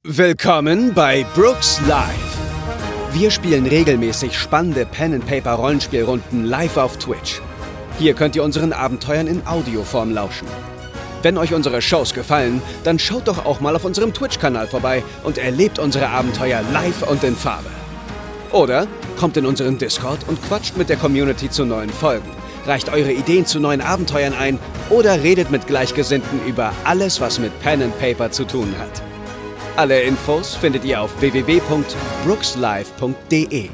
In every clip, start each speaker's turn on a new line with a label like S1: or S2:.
S1: Willkommen bei Brooks Live. Wir spielen regelmäßig spannende Pen-and-Paper-Rollenspielrunden live auf Twitch. Hier könnt ihr unseren Abenteuern in Audioform lauschen. Wenn euch unsere Shows gefallen, dann schaut doch auch mal auf unserem Twitch-Kanal vorbei und erlebt unsere Abenteuer live und in Farbe. Oder kommt in unseren Discord und quatscht mit der Community zu neuen Folgen, reicht eure Ideen zu neuen Abenteuern ein oder redet mit Gleichgesinnten über alles, was mit Pen and Paper zu tun hat. Alle Infos findet ihr auf www.brookslive.de.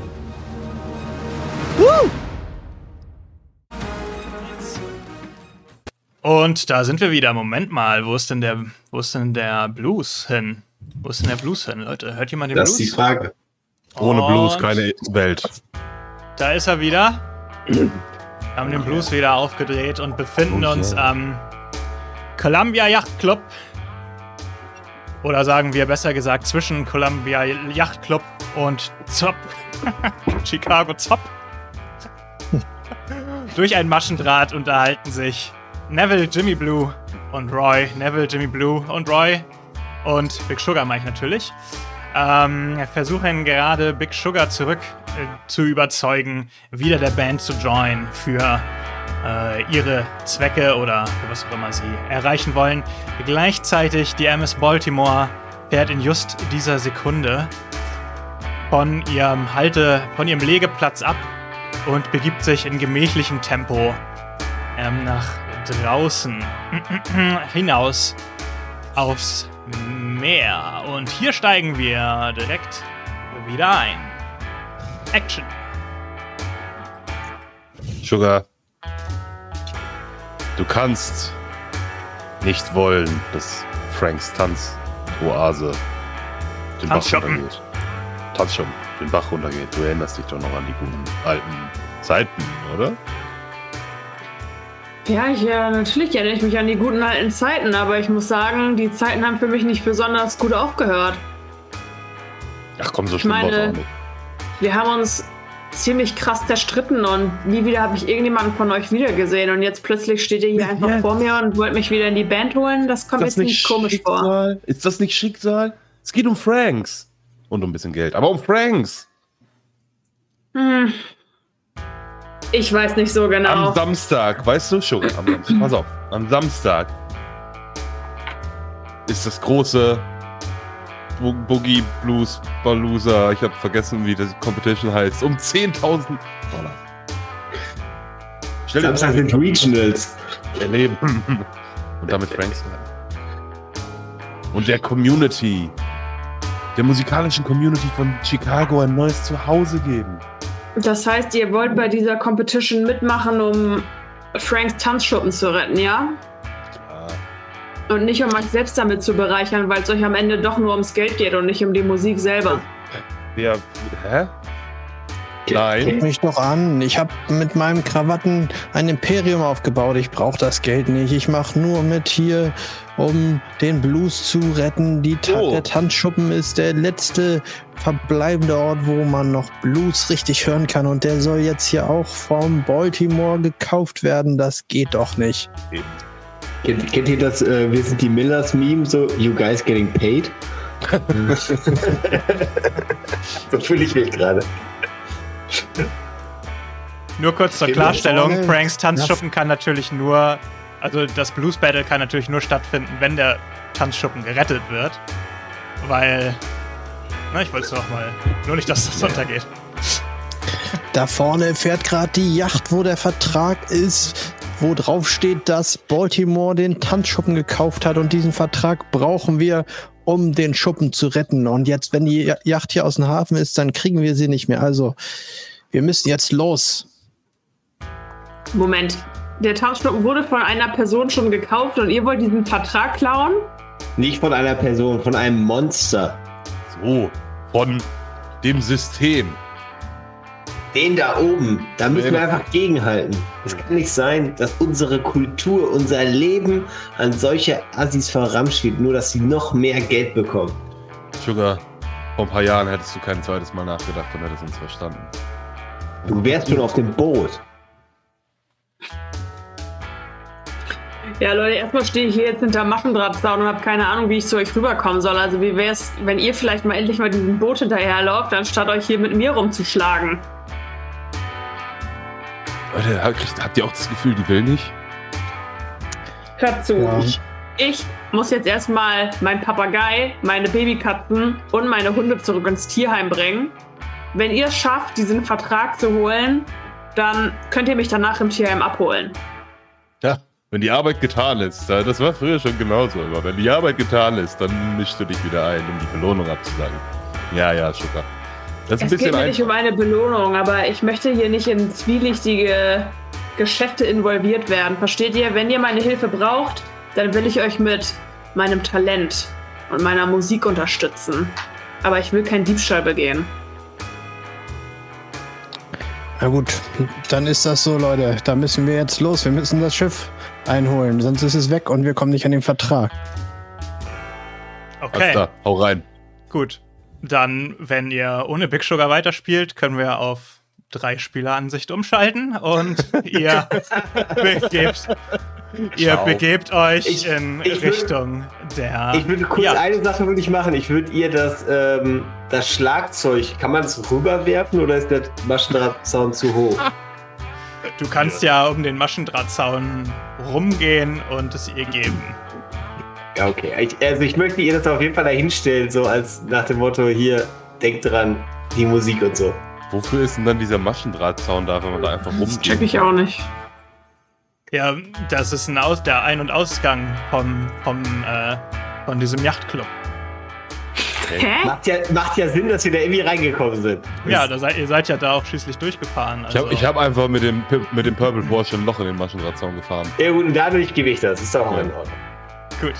S2: Und da sind wir wieder. Moment mal, wo ist denn der Blues hin? Wo ist denn der Blues hin, Leute? Hört jemand den Blues?
S3: Das ist die Frage.
S4: Ohne Blues keine Welt.
S2: Da ist er wieder. Wir haben den Blues wieder aufgedreht und befinden uns am Columbia Yacht Club. Oder sagen wir besser gesagt zwischen Columbia Yacht Club und ZOP. Chicago ZOP. Durch ein Maschendraht unterhalten sich Neville, Jimmy Blue und Roy. Neville, Jimmy Blue und Roy. Und Big Sugar meine ich natürlich. Versuchen gerade Big Sugar zurück zu überzeugen, wieder der Band zu joinen für ihre Zwecke oder für was auch immer sie erreichen wollen. Gleichzeitig die MS Baltimore fährt in just dieser Sekunde von ihrem Legeplatz ab und begibt sich in gemächlichem Tempo nach draußen hinaus aufs Meer. Und hier steigen wir direkt wieder ein. Action.
S4: Sugar, du kannst nicht wollen, dass Franks Tanzoase den Bach runtergeht. Tanzschuppen, den Bach runtergeht. Du erinnerst dich doch noch an die guten alten Zeiten, oder?
S5: Ja, natürlich erinnere ich mich an die guten alten Zeiten, aber ich muss sagen, die Zeiten haben für mich nicht besonders gut aufgehört.
S4: Ach komm, so schlimm war es auch nicht.
S5: Wir haben uns ziemlich krass zerstritten und nie wieder habe ich irgendjemanden von euch wiedergesehen und jetzt plötzlich steht ihr hier einfach vor mir und wollt mich wieder in die Band holen. Das kommt mir ziemlich komisch vor.
S4: Ist das nicht Schicksal? Es geht um Franks. Und um ein bisschen Geld, aber um Franks.
S5: Ich weiß nicht so genau.
S4: Am Samstag, weißt du schon, pass auf, am Samstag ist das große Boogie Blues Balooza, ich habe vergessen, wie das Competition heißt, um $10.000. Stell dir
S3: Samstag sind Regionals.
S4: Erleben. Und damit Franks. Und der Community, der musikalischen Community von Chicago ein neues Zuhause geben.
S5: Das heißt, ihr wollt bei dieser Competition mitmachen, um Franks Tanzschuppen zu retten, ja? Und nicht um euch selbst damit zu bereichern, weil es euch am Ende doch nur ums Geld geht und nicht um die Musik selber.
S4: Ja, hä? Nein.
S6: Guck mich doch an. Ich habe mit meinem Krawatten ein Imperium aufgebaut. Ich brauche das Geld nicht. Ich mache nur mit hier, um den Blues zu retten. Der Tanzschuppen ist der letzte verbleibende Ort, wo man noch Blues richtig hören kann. Und der soll jetzt hier auch vom Baltimore gekauft werden. Das geht doch nicht.
S3: Kennt ihr das Wir sind die Millers Meme, so You guys getting paid? So fühle ich mich gerade.
S2: Nur kurz zur Klarstellung, Franks Tanzschuppen kann natürlich nur, also das Blues Battle kann natürlich nur stattfinden, wenn der Tanzschuppen gerettet wird. Weil, ich wollte es doch mal, nur nicht, dass das untergeht.
S6: Da vorne fährt gerade die Yacht, wo der Vertrag ist, wo drauf steht, dass Baltimore den Tanzschuppen gekauft hat und diesen Vertrag brauchen wir, um den Schuppen zu retten. Und jetzt, wenn die Yacht hier aus dem Hafen ist, dann kriegen wir sie nicht mehr. Also, wir müssen jetzt los.
S5: Moment, der Tanzschuppen wurde von einer Person schon gekauft und ihr wollt diesen Vertrag klauen?
S3: Nicht von einer Person, von einem Monster.
S4: So, von dem System.
S3: Den da oben, da müssen wir einfach gegenhalten. Es kann nicht sein, dass unsere Kultur, unser Leben an solche Assis verramscht wird, nur dass sie noch mehr Geld bekommen.
S4: Sugar, vor ein paar Jahren hättest du kein zweites Mal nachgedacht und hättest uns verstanden.
S3: Du wärst schon auf dem Boot.
S5: Ja, Leute, erstmal stehe ich hier jetzt hinter Maschendrahtzaun und habe keine Ahnung, wie ich zu euch rüberkommen soll. Also wie wär's, wenn ihr vielleicht mal endlich mal diesem Boot hinterherlauft, anstatt euch hier mit mir rumzuschlagen?
S4: Leute, habt ihr auch das Gefühl, die will nicht?
S5: Hört zu,
S6: Ja.
S5: ich muss jetzt erstmal meinen Papagei, meine Babykatzen und meine Hunde zurück ins Tierheim bringen. Wenn ihr es schafft, diesen Vertrag zu holen, dann könnt ihr mich danach im Tierheim abholen.
S4: Ja, wenn die Arbeit getan ist, das war früher schon genauso, aber wenn die Arbeit getan ist, dann mischst du dich wieder ein, um die Belohnung abzusagen. Ja, Schucker. Das ist ein
S5: Es
S4: bisschen
S5: geht mir nicht um eine Belohnung, aber ich möchte hier nicht in zwielichtige Geschäfte involviert werden. Versteht ihr? Wenn ihr meine Hilfe braucht, dann will ich euch mit meinem Talent und meiner Musik unterstützen. Aber ich will keinen Diebstahl begehen.
S6: Na gut, dann ist das so, Leute. Da müssen wir jetzt los. Wir müssen das Schiff einholen, sonst ist es weg und wir kommen nicht an den Vertrag.
S2: Okay,
S4: Alles klar, hau rein.
S2: gut. Dann, wenn ihr ohne Big Sugar weiterspielt, können wir auf 3-Spieler-Ansicht umschalten und ihr begebt euch in Richtung der...
S3: Ich würde kurz eine Sache würde ich machen. Ich würde ihr das Schlagzeug, kann man es rüberwerfen oder ist der Maschendrahtzaun zu hoch?
S2: Du kannst ja um den Maschendrahtzaun rumgehen und es ihr geben.
S3: Ja, okay. Ich möchte ihr das auf jeden Fall dahinstellen, so als nach dem Motto, hier, denkt dran, die Musik und so.
S4: Wofür ist denn dann dieser Maschendrahtzaun da, wenn man da einfach rumgeht?
S5: Das check ich auch nicht.
S2: Ja, das ist der Ein- und Ausgang von diesem Yachtclub.
S5: Hä?
S3: Macht ja Sinn, dass wir da irgendwie reingekommen sind.
S2: Ja, ihr seid ja da auch schließlich durchgefahren. Also.
S4: Ich hab einfach mit dem Purple Porsche ein Loch in den Maschendrahtzaun gefahren.
S3: Ja gut, und dadurch gebe ich das. Ist doch auch in Ordnung.
S2: Gut.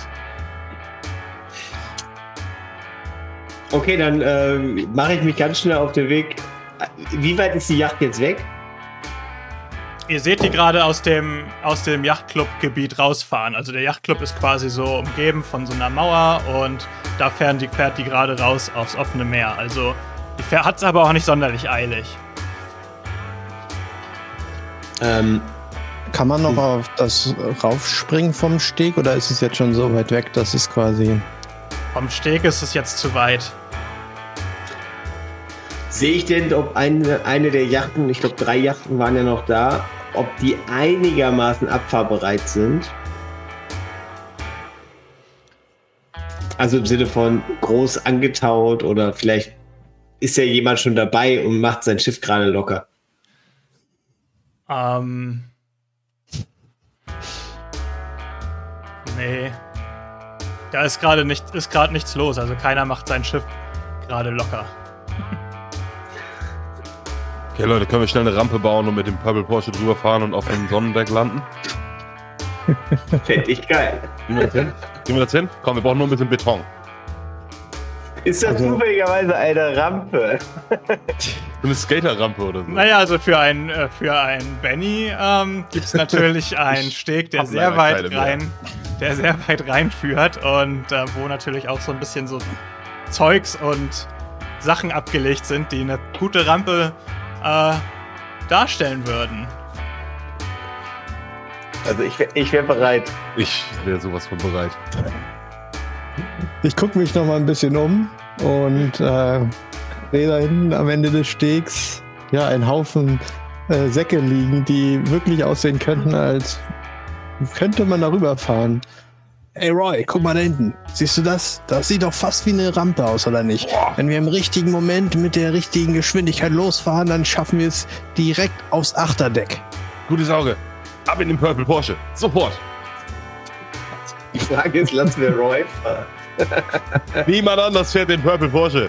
S3: Okay, dann mache ich mich ganz schnell auf den Weg. Wie weit ist die Yacht jetzt weg?
S2: Ihr seht die gerade aus dem Yachtclub-Gebiet rausfahren. Also der Yachtclub ist quasi so umgeben von so einer Mauer und da fährt die gerade raus aufs offene Meer. Also die hat es aber auch nicht sonderlich eilig.
S6: Kann man noch auf das raufspringen vom Steg oder ist es jetzt schon so weit weg, dass es quasi...
S2: Vom Steg ist es jetzt zu weit.
S3: Sehe ich denn, ob eine der Yachten, ich glaube 3 Yachten waren ja noch da, ob die einigermaßen abfahrbereit sind? Also im Sinne von groß angetaut oder vielleicht ist ja jemand schon dabei und macht sein Schiff gerade locker.
S2: Nee. Da ist gerade nichts los, also keiner macht sein Schiff gerade locker.
S4: Okay, Leute, können wir schnell eine Rampe bauen und mit dem Purple Porsche drüber fahren und auf dem Sonnendeck landen?
S3: Fände ich geil.
S4: Gehen wir das hin? Komm, wir brauchen nur ein bisschen Beton.
S3: Ist das zufälligerweise eine Rampe?
S4: Eine Skaterrampe oder so.
S2: Naja, also für einen Benny gibt es natürlich einen Steg, der sehr weit reinführt und wo natürlich auch so ein bisschen so Zeugs und Sachen abgelegt sind, die eine gute Rampe darstellen würden.
S3: Also ich wäre bereit.
S4: Ich wäre sowas von bereit.
S6: Ich gucke mich noch mal ein bisschen um und sehe da hinten am Ende des Stegs ja einen Haufen Säcke liegen, die wirklich aussehen könnten, als könnte man darüber fahren. Ey Roy, guck mal da hinten. Siehst du das? Das sieht doch fast wie eine Rampe aus, oder nicht? Wenn wir im richtigen Moment mit der richtigen Geschwindigkeit losfahren, dann schaffen wir es direkt aufs Achterdeck.
S4: Gutes Auge. Ab in den Purple Porsche. Sofort.
S3: Die Frage ist, lassen wir Roy fahren.
S4: Niemand anders fährt den Purple Porsche.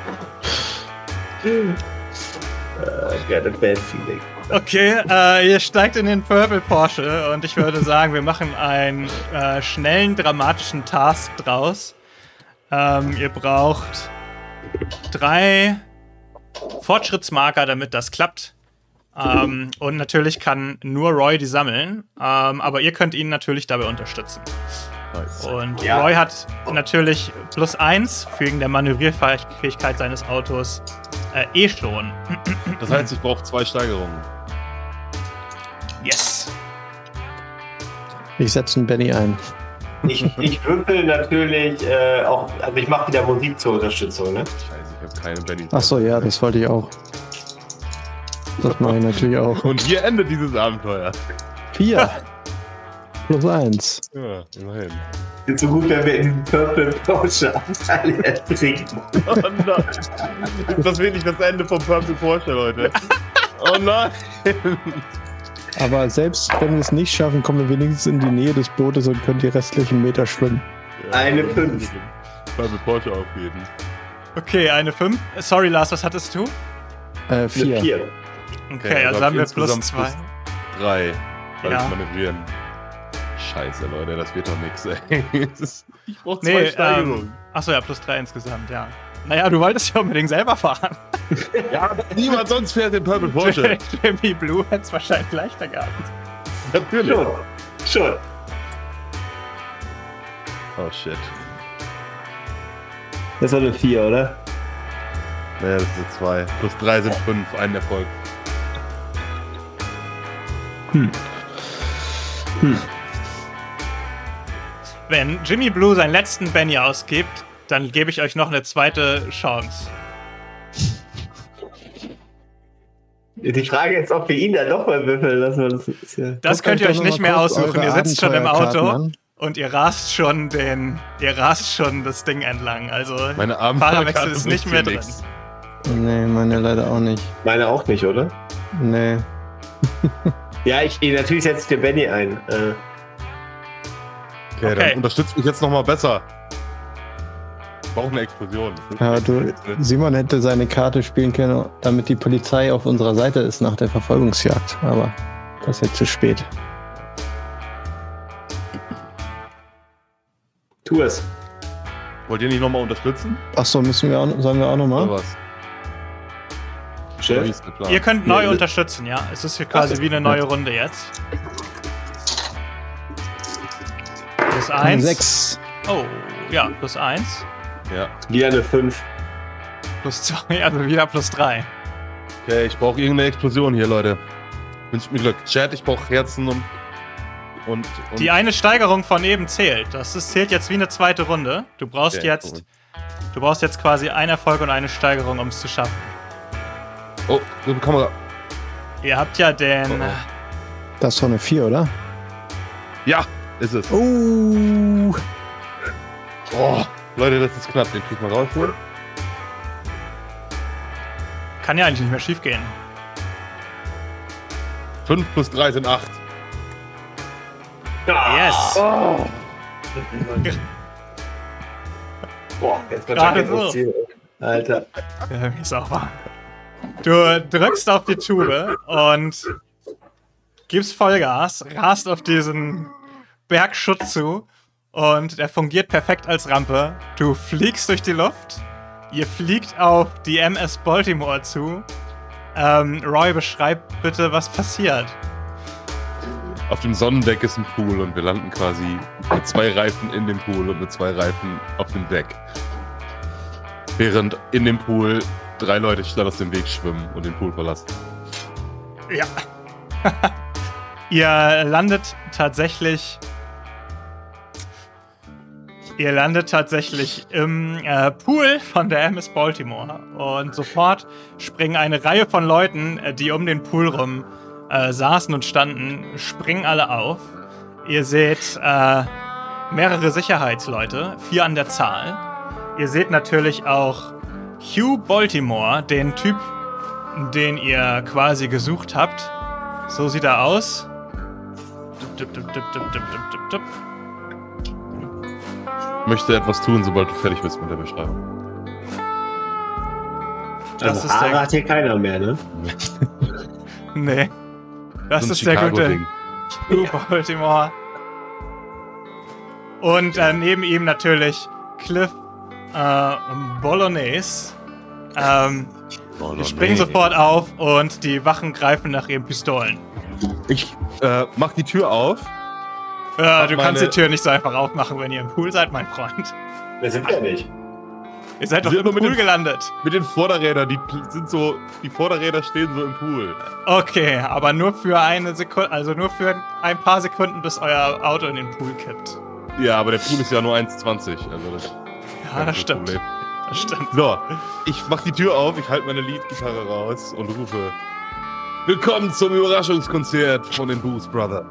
S3: Got a bad feeling.
S2: Okay, ihr steigt in den Purple Porsche und ich würde sagen, wir machen einen schnellen, dramatischen Task draus. Ihr braucht 3 Fortschrittsmarker, damit das klappt. Und natürlich kann nur Roy die sammeln, aber ihr könnt ihn natürlich dabei unterstützen.
S4: Nice.
S2: Und ja. Roy hat natürlich +1 wegen der Manövrierfähigkeit seines Autos schon.
S4: Das heißt, ich brauche 2 Steigerungen.
S2: Yes.
S6: Ich setze einen Benny ein.
S3: Ich würfel natürlich auch, also ich mache wieder Musik zur Unterstützung, ne?
S4: Scheiße, ich habe keine Benny.
S6: Achso, ja, das wollte ich auch. Das mache ich natürlich auch.
S4: Und hier endet dieses Abenteuer.
S6: 4 plus 1.
S4: Ja, immerhin.
S3: Ist so gut, wenn wir in den Purple Porsche alle ertrinken.
S4: Oh nein. Das wird nicht das Ende vom Purple Porsche, Leute. Oh nein.
S6: Aber selbst wenn wir es nicht schaffen, kommen wir wenigstens in die Nähe des Bootes und können die restlichen Meter schwimmen.
S4: Ja,
S3: Eine 5.
S4: Purple Porsche aufgeben.
S2: Okay, eine 5. Sorry, Lars, was hattest du?
S6: 4.
S3: 4.
S2: Okay, also haben wir plus
S4: insgesamt
S2: 2.
S4: plus 3. Weil
S2: Ja.
S4: ich manövrieren. Scheiße, Leute, das wird doch nix, ey. Ich brauch 2
S2: Nee,
S4: Steigerungen.
S2: achso, ja, plus 3 insgesamt, ja. Naja, du wolltest ja unbedingt selber fahren.
S4: Ja, niemand sonst fährt den Purple Porsche.
S2: Jimmy Blue hätte es wahrscheinlich leichter gehabt.
S4: Natürlich.
S3: Schon.
S4: Oh shit.
S3: Das war eine 4, oder?
S4: Naja, das sind 2. Plus 3 sind 5. Ein Erfolg.
S2: Wenn Jimmy Blue seinen letzten Benny ausgibt, dann gebe ich euch noch eine zweite Chance.
S3: Die Frage ist, ob wir ihn dann nochmal würfeln lassen. Das ist ja
S2: Das könnt ihr euch nicht mehr aussuchen. Ihr sitzt schon im Auto und ihr rast schon das Ding entlang. Also
S4: Meine
S2: Fahrerwechsel ist nicht mehr drin.
S4: nix.
S6: Nee, meine leider auch nicht.
S3: Meine auch nicht, oder?
S6: Nee.
S3: Ja, natürlich setze ich den Benny ein.
S4: Okay, dann unterstützt mich jetzt nochmal besser. Ich brauche eine Explosion.
S6: Ja, Simon hätte seine Karte spielen können, damit die Polizei auf unserer Seite ist nach der Verfolgungsjagd. Aber das ist jetzt zu spät.
S3: Tu es.
S4: Wollt ihr nicht nochmal unterstützen?
S6: Achso, sollen wir auch
S4: Oder
S6: nochmal?
S4: was?
S3: Chef?
S4: Wie ist der Plan?
S2: Ihr könnt neu unterstützen, ja. Es ist hier quasi wie eine neue Runde jetzt. Plus 1.
S6: 6.
S2: Oh, ja, plus 1.
S4: Ja.
S3: Wieder eine 5.
S2: Plus 2, also wieder plus 3.
S4: Okay, ich brauche irgendeine Explosion hier, Leute. Wünscht mir Glück. Chat, ich brauche Herzen und
S2: Die eine Steigerung von eben zählt. Zählt jetzt wie eine zweite Runde. Du brauchst
S4: Okay,
S2: jetzt quasi einen Erfolg und eine Steigerung, um es zu schaffen.
S4: Oh, eine Kamera.
S2: Ihr habt ja den.
S4: Oh.
S6: Das ist doch eine 4, oder?
S4: Ja, ist es.
S6: Oh.
S4: Leute, das ist knapp. Den krieg ich mal raus hier.
S2: Kann ja eigentlich nicht mehr schief gehen.
S4: 5 plus 3 sind 8.
S2: Yes!
S3: Boah, jetzt wird
S2: Gerade
S3: das
S2: so.
S3: Ziel. Alter.
S2: Ja, mir ist auch wahr. Du drückst auf die Tube und gibst Vollgas, rast auf diesen Bergschutt zu und der fungiert perfekt als Rampe. Du fliegst durch die Luft, ihr fliegt auf die MS Baltimore zu. Roy, beschreib bitte, was passiert.
S4: Auf dem Sonnendeck ist ein Pool und wir landen quasi mit 2 Reifen in dem Pool und mit 2 Reifen auf dem Deck. Während in dem Pool 3 Leute statt aus dem Weg schwimmen und den Pool verlassen.
S2: Ja. Ihr landet tatsächlich im Pool von der MS Baltimore. Und sofort springen eine Reihe von Leuten, die um den Pool rum saßen und standen, springen alle auf. Ihr seht mehrere Sicherheitsleute, 4 an der Zahl. Ihr seht natürlich auch Hugh Baltimore, den Typ, den ihr quasi gesucht habt. So sieht er aus.
S4: Ich möchte etwas tun, sobald du fertig bist mit der Beschreibung.
S2: Das
S3: Also
S2: ist
S3: Haare hat hier keiner mehr, ne?
S2: Nee. Das
S4: So ein
S2: ist der gute
S4: Chicago-Ding.
S2: Hugh Baltimore. Und neben ihm natürlich Cliff Bolognese. Die springen sofort auf und die Wachen greifen nach ihren Pistolen.
S4: Ich mach die Tür auf.
S2: Du kannst die Tür nicht so einfach aufmachen, wenn ihr im Pool seid, mein Freund.
S3: Wir sind ja nicht.
S2: Ihr seid doch im Pool gelandet.
S4: Mit den Vorderrädern, die Vorderräder stehen so im Pool.
S2: Okay, aber nur für eine Sekunde, also nur für ein paar Sekunden, bis euer Auto in den Pool kippt.
S4: Ja, aber der Pool ist ja nur 1,20. Also
S2: das stimmt.
S4: Problem.
S2: Das stimmt.
S4: So, ich mach die Tür auf, ich halte meine Leadgitarre raus und rufe: Willkommen zum Überraschungskonzert von den Blues Brothers.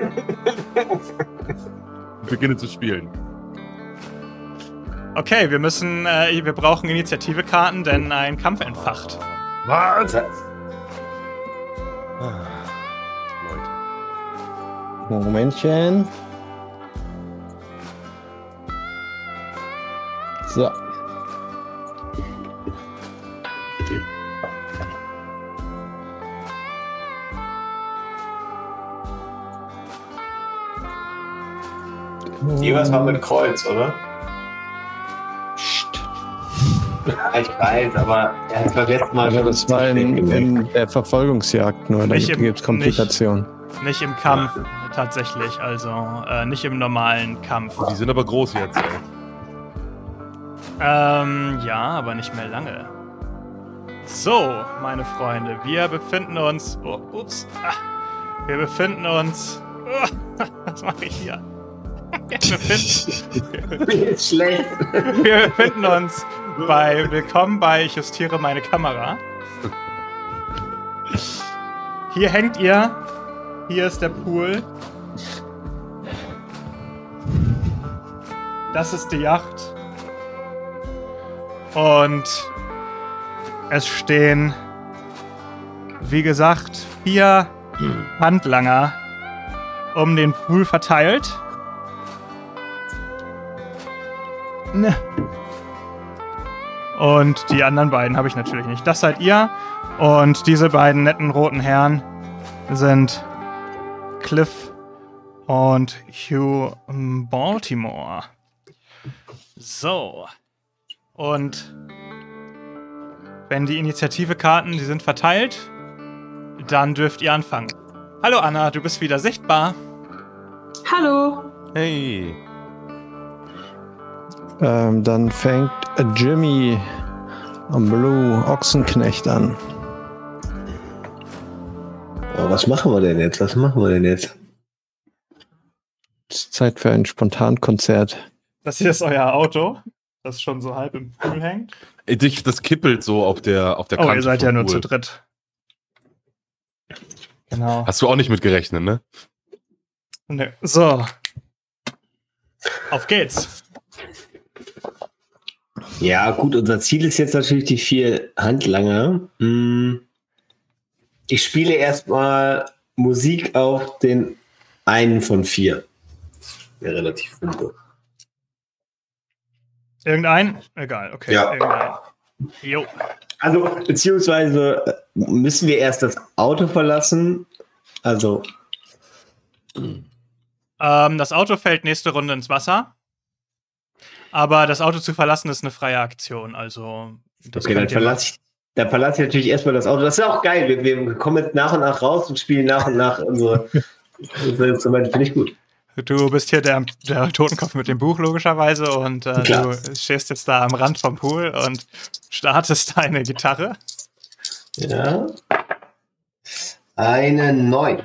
S4: Ich beginne zu spielen.
S2: Okay, wir brauchen Initiative-Karten, denn ein Kampf entfacht.
S4: Was?
S3: Das
S4: Leute.
S6: Momentchen. So.
S3: Jeweils mal mit Kreuz, oder? Ja, ich weiß, aber er hat beim letzten Mal schon
S6: Das war in der Verfolgungsjagd nur, da gibt es Komplikationen.
S2: Nicht im Kampf, tatsächlich, also nicht im normalen Kampf.
S4: Die sind aber groß jetzt, ey.
S2: Ja, aber nicht mehr lange. So, meine Freunde, wir befinden uns... Oh, ups. Wir befinden uns... was mache ich hier?
S3: Ist schlecht.
S2: Wir befinden uns bei Willkommen bei Ich justiere meine Kamera. Hier hängt ihr. Hier ist der Pool. Das ist die Yacht. Und es stehen, wie gesagt, 4 Handlanger um den Pool verteilt. Und die anderen beiden habe ich natürlich nicht. Das seid ihr. Und diese beiden netten roten Herren sind Cliff und Hugh Baltimore. So. Und wenn die Initiative-Karten, die sind verteilt, dann dürft ihr anfangen. Hallo Anna, du bist wieder sichtbar.
S5: Hallo.
S4: Hey.
S6: Dann fängt Jimmy am Blue Ochsenknecht an.
S3: Oh, was machen wir denn jetzt?
S6: Es ist Zeit für ein Spontankonzert.
S2: Das hier ist euer Auto, das schon so halb im Pool hängt.
S4: Das kippelt so auf der Kante.
S2: Oh, ihr seid ja
S4: vom
S2: nur
S4: Pool.
S2: zu dritt. Genau.
S4: Hast du auch nicht mit gerechnet, ne?
S2: Nö. So. Auf geht's.
S3: Ja, gut, unser Ziel ist jetzt natürlich die 4 Handlanger. Ich spiele erstmal Musik auf den einen von 4. Wäre relativ simpel.
S2: Irgendein? Egal, okay.
S3: Ja.
S2: Irgendein. Jo.
S3: Also, beziehungsweise müssen wir erst das Auto verlassen. Also.
S2: Das Auto fällt nächste Runde ins Wasser. Aber das Auto zu verlassen ist eine freie Aktion. Also, das
S3: Okay, dann verlasse ich natürlich erstmal das Auto. Das ist auch geil. Wir kommen jetzt nach und nach raus und spielen nach und nach unsere Instrumente. Finde ich gut.
S2: Du bist hier der Totenkopf mit dem Buch, logischerweise. Und du stehst jetzt da am Rand vom Pool und startest deine Gitarre.
S3: Ja. Eine 9.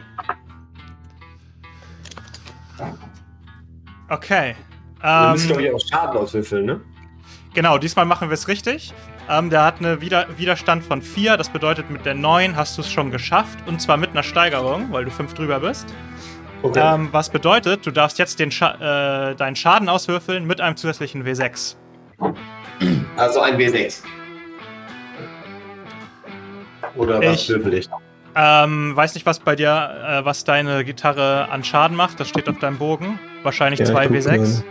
S2: Okay.
S3: Wir müssen, glaube ich, auch Schaden auswürfeln, ne?
S2: Genau, diesmal machen wir es richtig. Der hat einen Widerstand von 4. Das bedeutet, mit der 9 hast du es schon geschafft. Und zwar mit einer Steigerung, weil du 5 drüber bist.
S3: Okay.
S2: Was bedeutet, du darfst jetzt deinen Schaden auswürfeln mit einem zusätzlichen W6.
S3: Also ein W6. Oder was würfel ich?
S2: Weiß nicht, was bei dir, was deine Gitarre an Schaden macht. Das steht auf deinem Bogen. Wahrscheinlich 2 W6.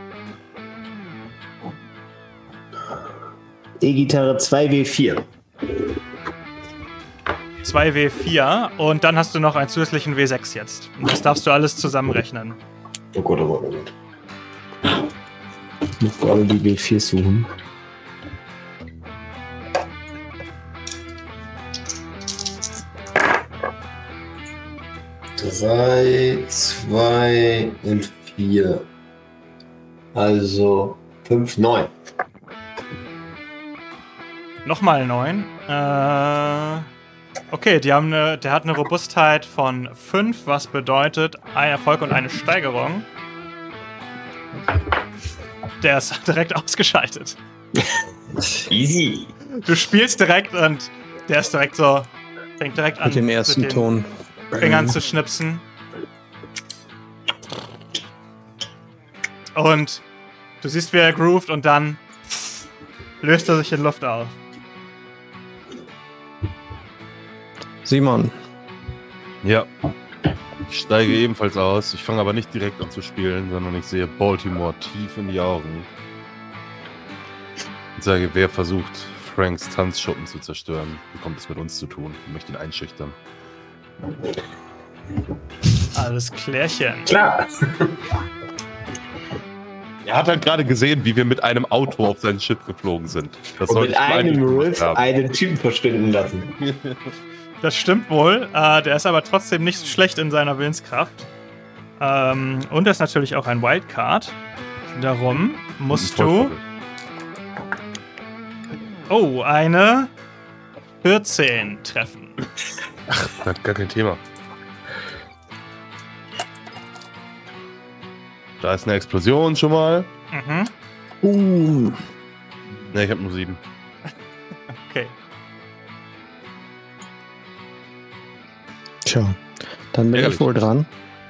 S3: E-Gitarre 2W4.
S2: 2W4 und dann hast du noch einen zusätzlichen W6 jetzt. Und das darfst du alles zusammenrechnen.
S3: Oh Gott, oh Gott, oh Gott. Ich muss gerade die W4 suchen. Drei, 2 und 4. Also 5, 9.
S2: Nochmal 9. Okay, der hat eine Robustheit von 5, was bedeutet ein Erfolg und eine Steigerung. Der ist direkt ausgeschaltet.
S3: Easy.
S2: Du spielst direkt und der ist direkt so, fängt direkt an
S6: Mit dem ersten
S2: mit den
S6: Ton.
S2: Fingern zu schnipsen. Und du siehst, wie er groovt und dann löst er sich in Luft auf.
S6: Simon.
S4: Ja. Ich steige ebenfalls aus. Ich fange aber nicht direkt an zu spielen, sondern ich sehe Baltimore tief in die Augen. Und sage, wer versucht, Franks Tanzschuppen zu zerstören, bekommt es mit uns zu tun. Ich möchte ihn einschüchtern.
S2: Alles klärchen.
S3: Klar.
S4: Er hat halt gerade gesehen, wie wir mit einem Auto auf sein Schiff geflogen sind. Das
S3: Und
S4: sollte
S3: mit
S4: ich
S3: einem
S4: eigentlich
S3: Riff
S4: haben.
S3: einen Typen verschwinden lassen.
S2: Das stimmt wohl. Der ist aber trotzdem nicht so schlecht in seiner Willenskraft. Und er ist natürlich auch ein Wildcard. Darum musst du... Oh, eine 14 treffen.
S4: Gar kein Thema. Da ist eine Explosion schon mal.
S2: Mhm.
S4: Ne, ich habe nur 7.
S2: Okay.
S6: Tja, dann bin ich wohl dran.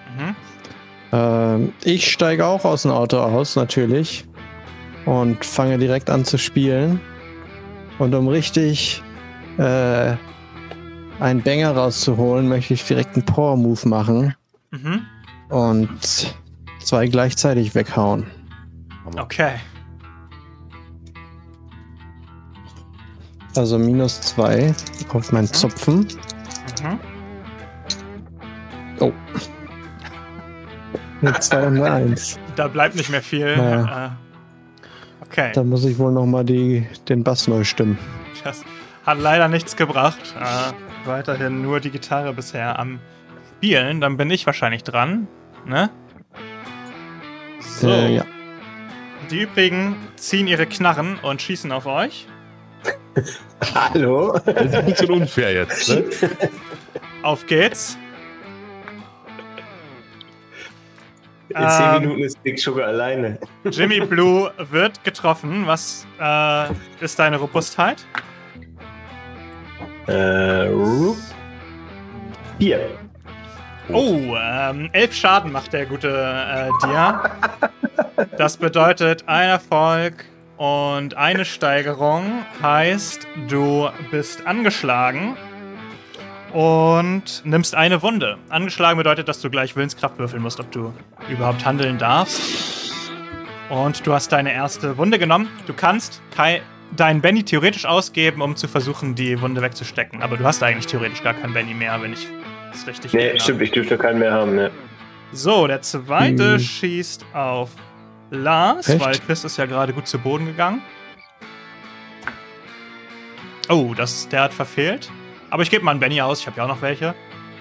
S2: Mhm.
S6: Ich steige auch aus dem Auto aus, natürlich. Und fange direkt an zu spielen. Und um richtig einen Banger rauszuholen, möchte ich direkt einen Power-Move machen.
S2: Mhm.
S6: Und 2 gleichzeitig weghauen.
S2: Okay.
S6: Also -2 auf mein Zupfen.
S2: Mhm.
S6: Oh. Eine 2 und eine 1.
S2: Da bleibt nicht mehr viel.
S6: Naja.
S2: Okay.
S6: Da muss ich wohl nochmal den Bass neu stimmen.
S2: Das hat leider nichts gebracht. Weiterhin nur die Gitarre bisher am Spielen. Dann bin ich wahrscheinlich dran. Ne? So.
S6: Ja.
S2: Die übrigen ziehen ihre Knarren und schießen auf euch.
S3: Hallo?
S4: Das ist ein bisschen unfair jetzt, ne?
S2: Auf geht's.
S3: In 10 Minuten ist Big Sugar alleine.
S2: Jimmy Blue wird getroffen. Was ist deine Robustheit?
S3: 4.
S2: Oh, 11 Schaden macht der gute dir. Das bedeutet ein Erfolg und eine Steigerung. Heißt, du bist angeschlagen und nimmst eine Wunde. Angeschlagen bedeutet, dass du gleich Willenskraft würfeln musst, ob du überhaupt handeln darfst. Und du hast deine erste Wunde genommen. Du kannst deinen Benny theoretisch ausgeben, um zu versuchen, die Wunde wegzustecken. Aber du hast eigentlich theoretisch gar keinen Benny mehr, wenn ich das richtig
S7: Nee,
S2: erinnere.
S7: stimmt, ich dürfte keinen mehr haben, ne.
S2: So, der zweite schießt auf Lars,
S6: Echt?
S2: weil Chris ist ja gerade gut zu Boden gegangen. Oh, der hat verfehlt. Aber ich gebe mal einen Benny aus, ich habe ja auch noch welche.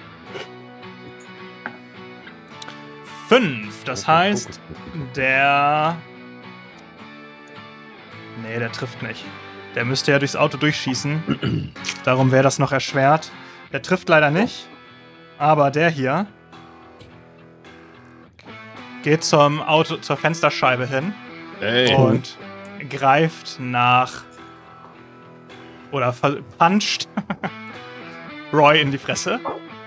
S2: 5, das heißt, der trifft nicht. Der müsste ja durchs Auto durchschießen. Darum wäre das noch erschwert. Der trifft leider nicht. Aber der hier geht zur Fensterscheibe hin und greift nach oder puncht Roy in die Fresse.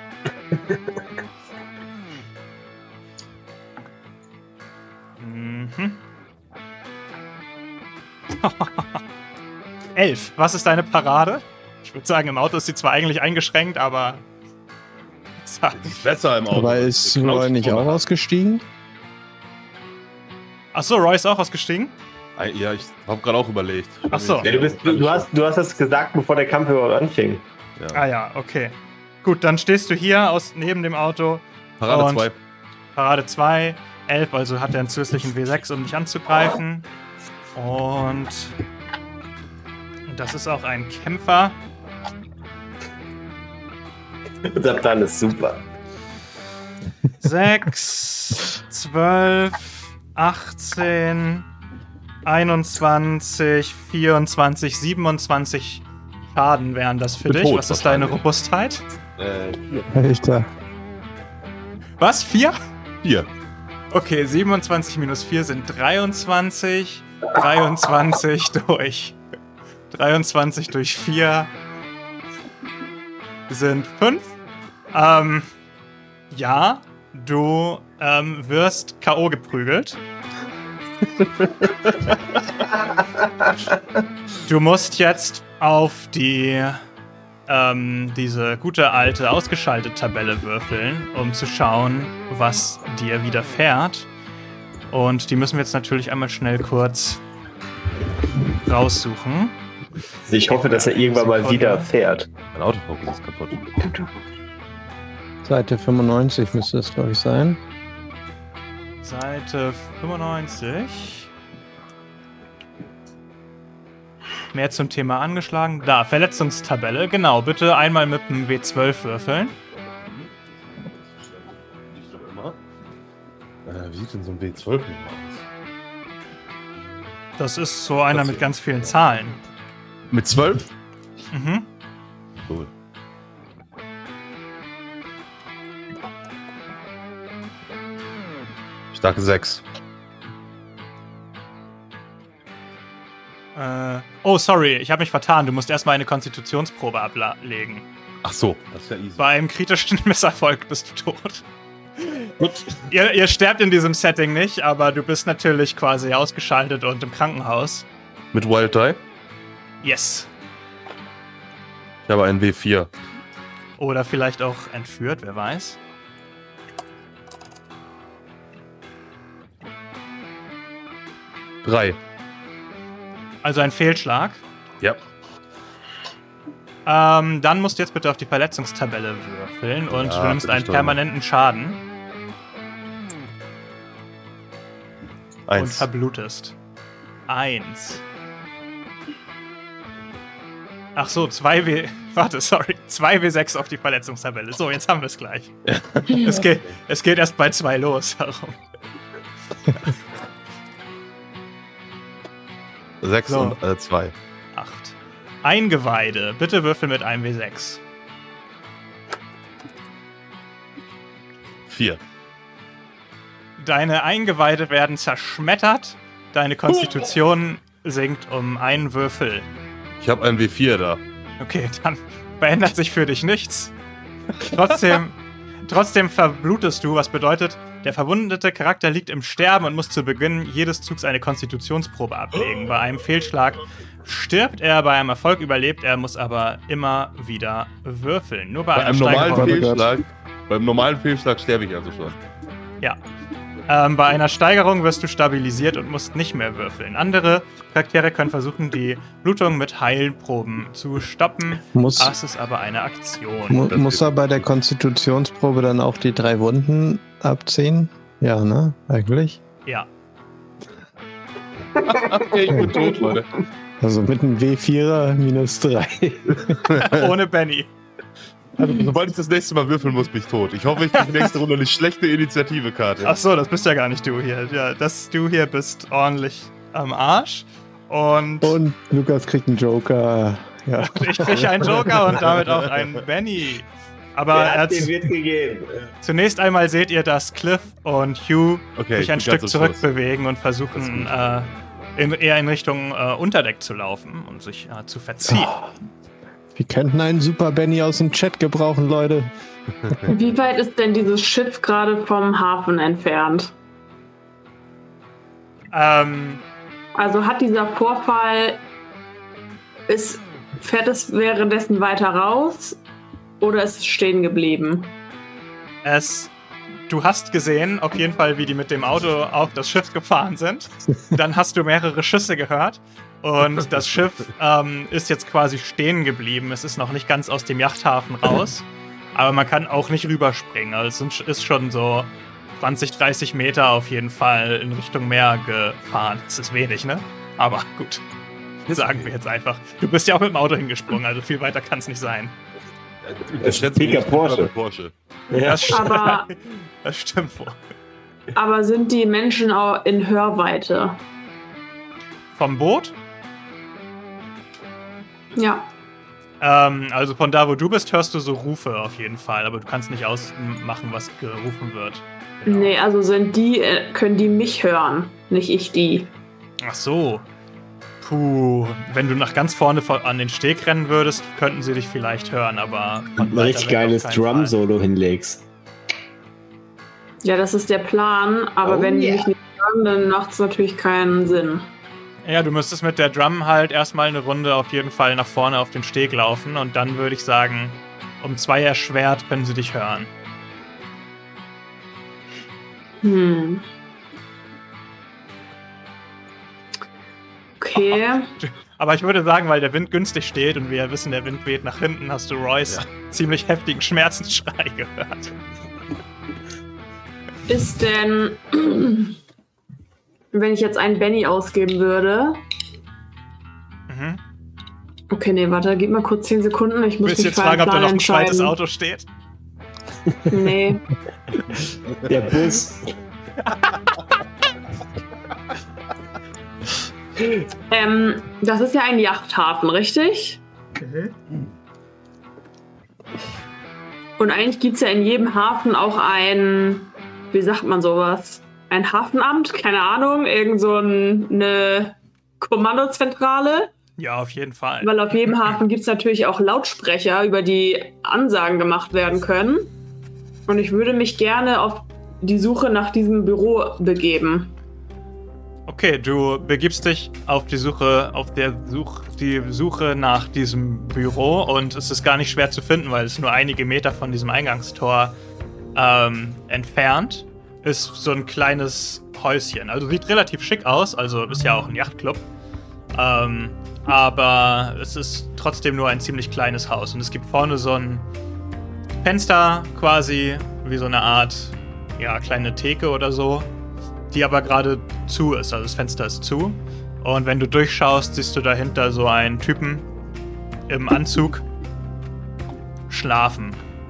S2: Mhm. 11. Was ist deine Parade? Ich würde sagen, im Auto ist sie zwar eigentlich eingeschränkt, aber
S4: Das ist besser im Auto.
S6: Aber ist Roy nicht auch ausgestiegen?
S2: Achso, Roy ist auch ausgestiegen?
S4: Ja, ich habe gerade auch überlegt.
S2: Achso.
S7: Ja, du hast das gesagt, bevor der Kampf überhaupt anfing.
S4: Ja.
S2: Ah ja, okay. Gut, dann stehst du hier neben dem Auto.
S4: Parade
S2: und
S4: 2.
S2: Parade 2, 11, also hat er einen zusätzlichen W6, um dich anzugreifen. Und das ist auch ein Kämpfer.
S7: Unser Plan ist super.
S2: 6, 12, 18, 21, 24, 27 Schaden wären das für dich. Was ist deine Robustheit?
S6: Alter.
S2: Was? 4?
S4: 4.
S2: Okay, 27 minus 4 sind 23. 23 durch 4 sind 5. Ja, du wirst K.O. geprügelt. Du musst jetzt auf diese gute alte Ausgeschaltet-Tabelle würfeln, um zu schauen, was dir widerfährt. Und die müssen wir jetzt natürlich einmal schnell kurz raussuchen.
S7: Ich hoffe, dass er irgendwann mal wieder fährt.
S4: Mein Autofokus ist kaputt.
S6: Seite 95 müsste es, glaube ich, sein.
S2: Seite 95. Mehr zum Thema angeschlagen. Da, Verletzungstabelle. Genau, bitte einmal mit dem W12 würfeln.
S4: Wie sieht denn so ein W12 aus?
S2: Das ist so einer mit ganz vielen Zahlen.
S4: Mit 12?
S2: Mhm.
S4: Cool. Starke 6.
S2: Oh, sorry, ich habe mich vertan. Du musst erstmal eine Konstitutionsprobe ablegen.
S4: Ach so, das ist ja easy.
S2: Bei einem kritischen Misserfolg bist du tot. Gut. Ihr sterbt in diesem Setting nicht, aber du bist natürlich quasi ausgeschaltet und im Krankenhaus.
S4: Mit Wild Die?
S2: Yes.
S4: Ich habe einen W4.
S2: Oder vielleicht auch entführt, wer weiß.
S4: Drei.
S2: Also ein Fehlschlag.
S4: Ja.
S2: Dann musst du jetzt bitte auf die Verletzungstabelle würfeln und du nimmst einen permanenten Schaden.
S4: 1.
S2: Und verblutest. 1. Ach so, 2W6 auf die Verletzungstabelle. So, jetzt haben wir es gleich. Es geht erst bei 2 los. Warum?
S4: 6
S2: so.
S4: Und 2.
S2: 8. Eingeweide. Bitte würfel mit einem W6.
S4: 4.
S2: Deine Eingeweide werden zerschmettert. Deine Konstitution sinkt um einen Würfel.
S4: Ich habe einen W4 da.
S2: Okay, dann verändert sich für dich nichts. Trotzdem verblutest du, was bedeutet, der verwundete Charakter liegt im Sterben und muss zu Beginn jedes Zugs eine Konstitutionsprobe ablegen. Bei einem Fehlschlag stirbt er, bei einem Erfolg überlebt er, muss aber immer wieder würfeln. Nur bei einem
S4: Beim normalen Fehlschlag sterbe ich also schon.
S2: Ja. Bei einer Steigerung wirst du stabilisiert und musst nicht mehr würfeln. Andere Charaktere können versuchen, die Blutung mit Heilproben zu stoppen. Das ist aber eine Aktion.
S6: Muss er bei der Konstitutionsprobe dann auch die 3 Wunden abziehen? Ja, ne? Eigentlich?
S2: Ja.
S4: Okay, ich bin tot, Leute.
S6: Also mit einem W4er minus 3.
S2: Ohne Benny.
S4: Also, sobald ich das nächste Mal würfeln muss, bin ich tot. Ich hoffe, ich kriege nächste Runde eine schlechte Initiative-Karte.
S2: Ach so, das bist ja gar nicht du hier. Ja, du hier bist ordentlich am Arsch. Und
S6: Lukas kriegt einen Joker. Ja.
S2: Ich kriege einen Joker und damit auch einen Benny. Aber
S3: wird gegeben.
S2: Zunächst einmal seht ihr, dass Cliff und Hugh sich ein Stück zurückbewegen und versuchen, eher in Richtung Unterdeck zu laufen und sich zu verziehen.
S6: Wir könnten einen Super Benny aus dem Chat gebrauchen, Leute.
S5: Wie weit ist denn dieses Schiff gerade vom Hafen entfernt? Also hat dieser Vorfall, fährt es währenddessen weiter raus oder ist es stehen geblieben?
S2: Du hast gesehen, auf jeden Fall, wie die mit dem Auto auf das Schiff gefahren sind. Dann hast du mehrere Schüsse gehört. Und das Schiff ist jetzt quasi stehen geblieben. Es ist noch nicht ganz aus dem Yachthafen raus. Aber man kann auch nicht rüberspringen. Also es ist schon so 20, 30 Meter auf jeden Fall in Richtung Meer gefahren. Das ist wenig, ne? Aber gut. Sagen wir jetzt einfach. Du bist ja auch mit dem Auto hingesprungen, also viel weiter kann es nicht sein.
S7: Das ist ein Porsche.
S2: Ja. Das stimmt wohl.
S5: Aber sind die Menschen auch in Hörweite?
S2: vom Boot?
S5: Ja.
S2: Also von da, wo du bist, hörst du so Rufe auf jeden Fall, aber du kannst nicht ausmachen, was gerufen wird.
S5: Genau. Nee, also können die mich hören, nicht ich die.
S2: Ach so. Puh, wenn du nach ganz vorne an den Steg rennen würdest, könnten sie dich vielleicht hören, aber...
S3: Und ein richtig geiles Drum-Solo hinlegst.
S5: Ja, das ist der Plan, aber wenn die mich nicht hören, dann macht es natürlich keinen Sinn.
S2: Ja, du müsstest mit der Drum halt erstmal eine Runde auf jeden Fall nach vorne auf den Steg laufen und dann würde ich sagen, um 2 erschwert können sie dich hören.
S5: Okay.
S2: Aber ich würde sagen, weil der Wind günstig steht und wir ja wissen, der Wind weht nach hinten, hast du Roys ziemlich heftigen Schmerzensschrei gehört.
S5: Ist denn, wenn ich jetzt einen Benny ausgeben würde... Okay, nee, warte, gib mal kurz 10 Sekunden. Ich muss mich
S2: jetzt fragen, ob da noch ein zweites Auto steht?
S5: Nee.
S3: Der Bus.
S5: Das ist ja ein Yachthafen, richtig? Und eigentlich gibt es ja in jedem Hafen auch ein, wie sagt man sowas? Ein Hafenamt? Keine Ahnung, irgend so eine Kommandozentrale?
S2: Ja, auf jeden Fall.
S5: Weil auf jedem Hafen gibt es natürlich auch Lautsprecher, über die Ansagen gemacht werden können. Und ich würde mich gerne auf die Suche nach diesem Büro begeben.
S2: Okay, du begibst dich auf die Suche, die Suche nach diesem Büro und es ist gar nicht schwer zu finden, weil es nur einige Meter von diesem Eingangstor entfernt ist so ein kleines Häuschen. Also sieht relativ schick aus, also ist ja auch ein Yachtclub. Aber es ist trotzdem nur ein ziemlich kleines Haus und es gibt vorne so ein Fenster quasi, wie so eine Art, ja, kleine Theke oder so, die aber gerade zu ist, also das Fenster ist zu. Und wenn du durchschaust, siehst du dahinter so einen Typen im Anzug schlafen.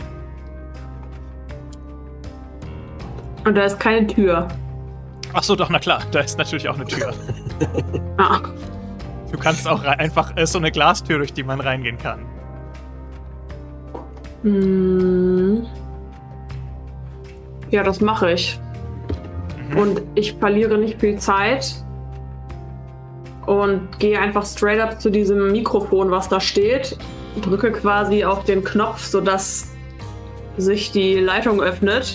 S5: Und da ist keine Tür.
S2: Ach so, doch, na klar, da ist natürlich auch eine Tür.
S5: Ah.
S2: Du kannst auch einfach, ist so eine Glastür, durch die man reingehen kann.
S5: Ja, das mache ich. Und ich verliere nicht viel Zeit und gehe einfach straight up zu diesem Mikrofon, was da steht, drücke quasi auf den Knopf, sodass sich die Leitung öffnet.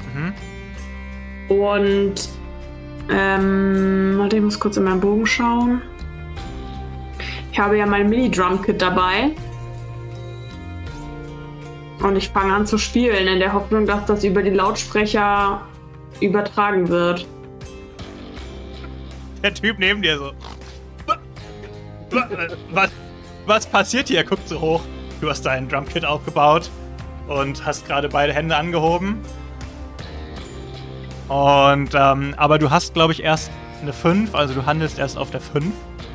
S5: Und warte, ich muss kurz in meinen Bogen schauen. Ich habe ja mein Mini-Drum-Kit dabei. Und ich fange an zu spielen, in der Hoffnung, dass das über die Lautsprecher übertragen wird.
S2: Der Typ neben dir so. Was passiert hier? Er guckt so hoch. Du hast dein Drumkit aufgebaut und hast gerade beide Hände angehoben. Und, aber du hast, glaube ich, erst eine 5, also du handelst erst auf der 5.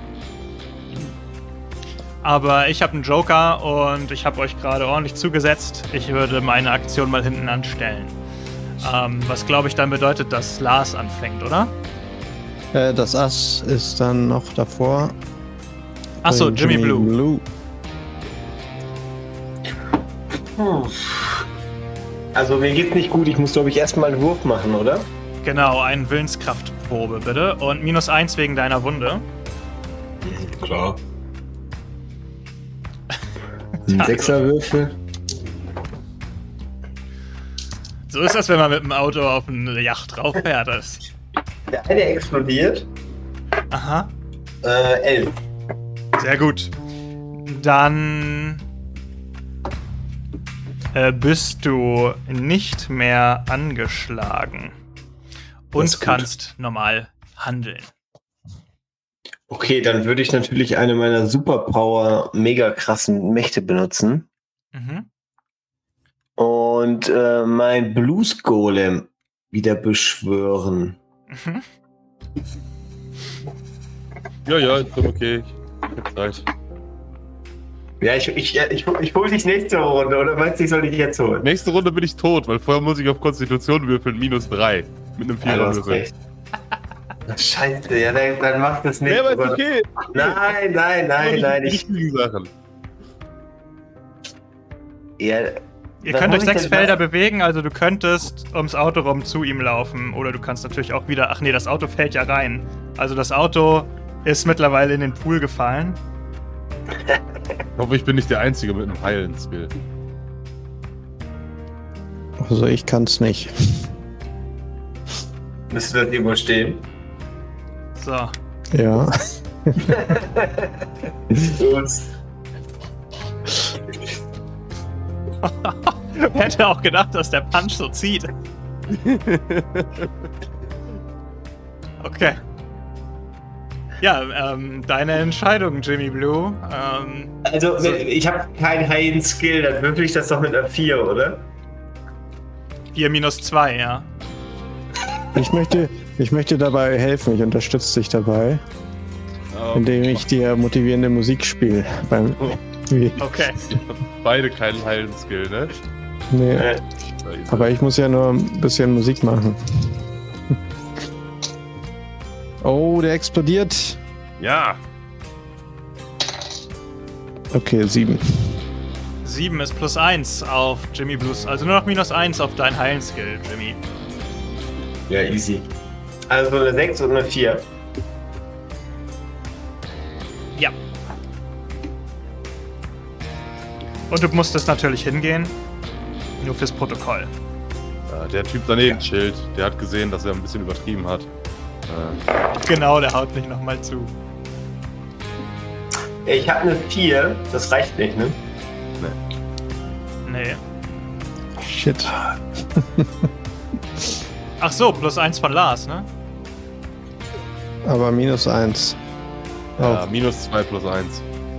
S2: Aber ich habe einen Joker und ich habe euch gerade ordentlich zugesetzt. Ich würde meine Aktion mal hinten anstellen. Was, glaube ich, dann bedeutet, dass Lars anfängt, oder?
S6: Das Ass ist dann noch davor.
S2: Achso, Jimmy Blue.
S7: Also mir geht's nicht gut, ich muss, glaube ich, erstmal einen Wurf machen, oder?
S2: Genau, eine Willenskraftprobe, bitte. Und -1 wegen deiner Wunde.
S3: Klar. Ein 6er-Würfel.
S2: So ist das, wenn man mit dem Auto auf eine Yacht drauf fährt.
S7: Der eine explodiert.
S2: Aha.
S7: 11.
S2: Sehr gut. Dann bist du nicht mehr angeschlagen und kannst normal handeln.
S3: Okay, dann würde ich natürlich eine meiner Superpower mega krassen Mächte benutzen. Und mein Blues Golem wieder beschwören.
S4: Ja, ist schon okay. Ich hab Zeit.
S7: Ja, ich hol dich nächste Runde, oder meinst du, ich soll dich jetzt holen?
S4: Nächste Runde bin ich tot, weil vorher muss ich auf Konstitution würfeln, -3. Mit einem 4er-Würfel.
S3: Scheiße, ja, dann mach das nicht.
S4: Ja, aber ist okay.
S3: Nein.
S4: Richtigen Sachen.
S3: Ja,
S2: Ihr könnt euch 6 Felder bewegen, also du könntest ums Auto rum zu ihm laufen. Oder du kannst natürlich auch wieder... Ach nee, das Auto fällt ja rein. Also das Auto ist mittlerweile in den Pool gefallen.
S4: Ich hoffe, ich bin nicht der Einzige mit einem Heilen-Skill.
S6: Also ich kann's nicht.
S3: Müsste das irgendwo stehen?
S2: So.
S6: Ja.
S3: Gut.
S2: Hätte auch gedacht, dass der Punch so zieht. Okay. Ja, deine Entscheidung, Jimmy Blue.
S3: Also, ich habe keinen Heilen-Skill, dann würfel ich das doch mit einer 4, oder?
S2: 4 minus 2, ja.
S6: Ich möchte dabei helfen. Ich unterstütze dich dabei, indem ich dir motivierende Musik spiele.
S2: Okay.
S4: Beide keinen Heilen-Skill, ne?
S6: Nee. Aber ich muss ja nur ein bisschen Musik machen. Oh, der explodiert.
S4: Ja.
S6: Okay, 7.
S2: 7 ist plus 1 auf Jimmy Blues. Also nur noch minus 1 auf deinen Heilen-Skill, Jimmy.
S3: Ja, easy. Also eine 6 und eine 4.
S2: Ja. Und du musstest natürlich hingehen. Nur fürs Protokoll.
S4: Der Typ daneben chillt. Der hat gesehen, dass er ein bisschen übertrieben hat.
S2: Genau, der haut nicht nochmal zu.
S3: Ich habe eine 4, das reicht nicht, ne?
S2: Nee.
S6: Shit.
S2: Ach so, plus 1 von Lars, ne?
S6: Aber minus 1.
S4: Ja, minus 2 plus 1.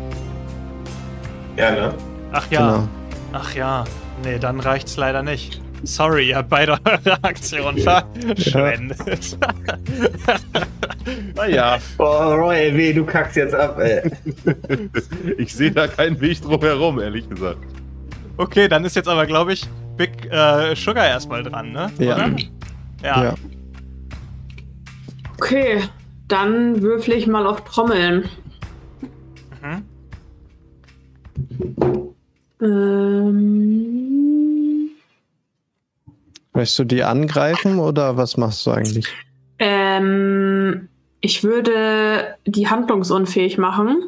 S3: Ja, ne?
S2: Ach ja.
S6: Genau.
S2: Ach ja. Nee, dann reicht's leider nicht. Sorry, ihr habt beide eure Aktion verschwendet.
S4: Naja.
S3: Boah, Roy, weh, du kackst jetzt ab, ey.
S4: Ich sehe da keinen Weg drum herum, ehrlich gesagt.
S2: Okay, dann ist jetzt aber, glaube ich, Big Sugar erstmal dran, ne?
S6: Ja.
S2: Oder? Ja.
S5: Okay, dann würfel ich mal auf Trommeln.
S2: Mhm.
S6: Möchtest du die angreifen oder was machst du eigentlich?
S5: Ich würde die handlungsunfähig machen.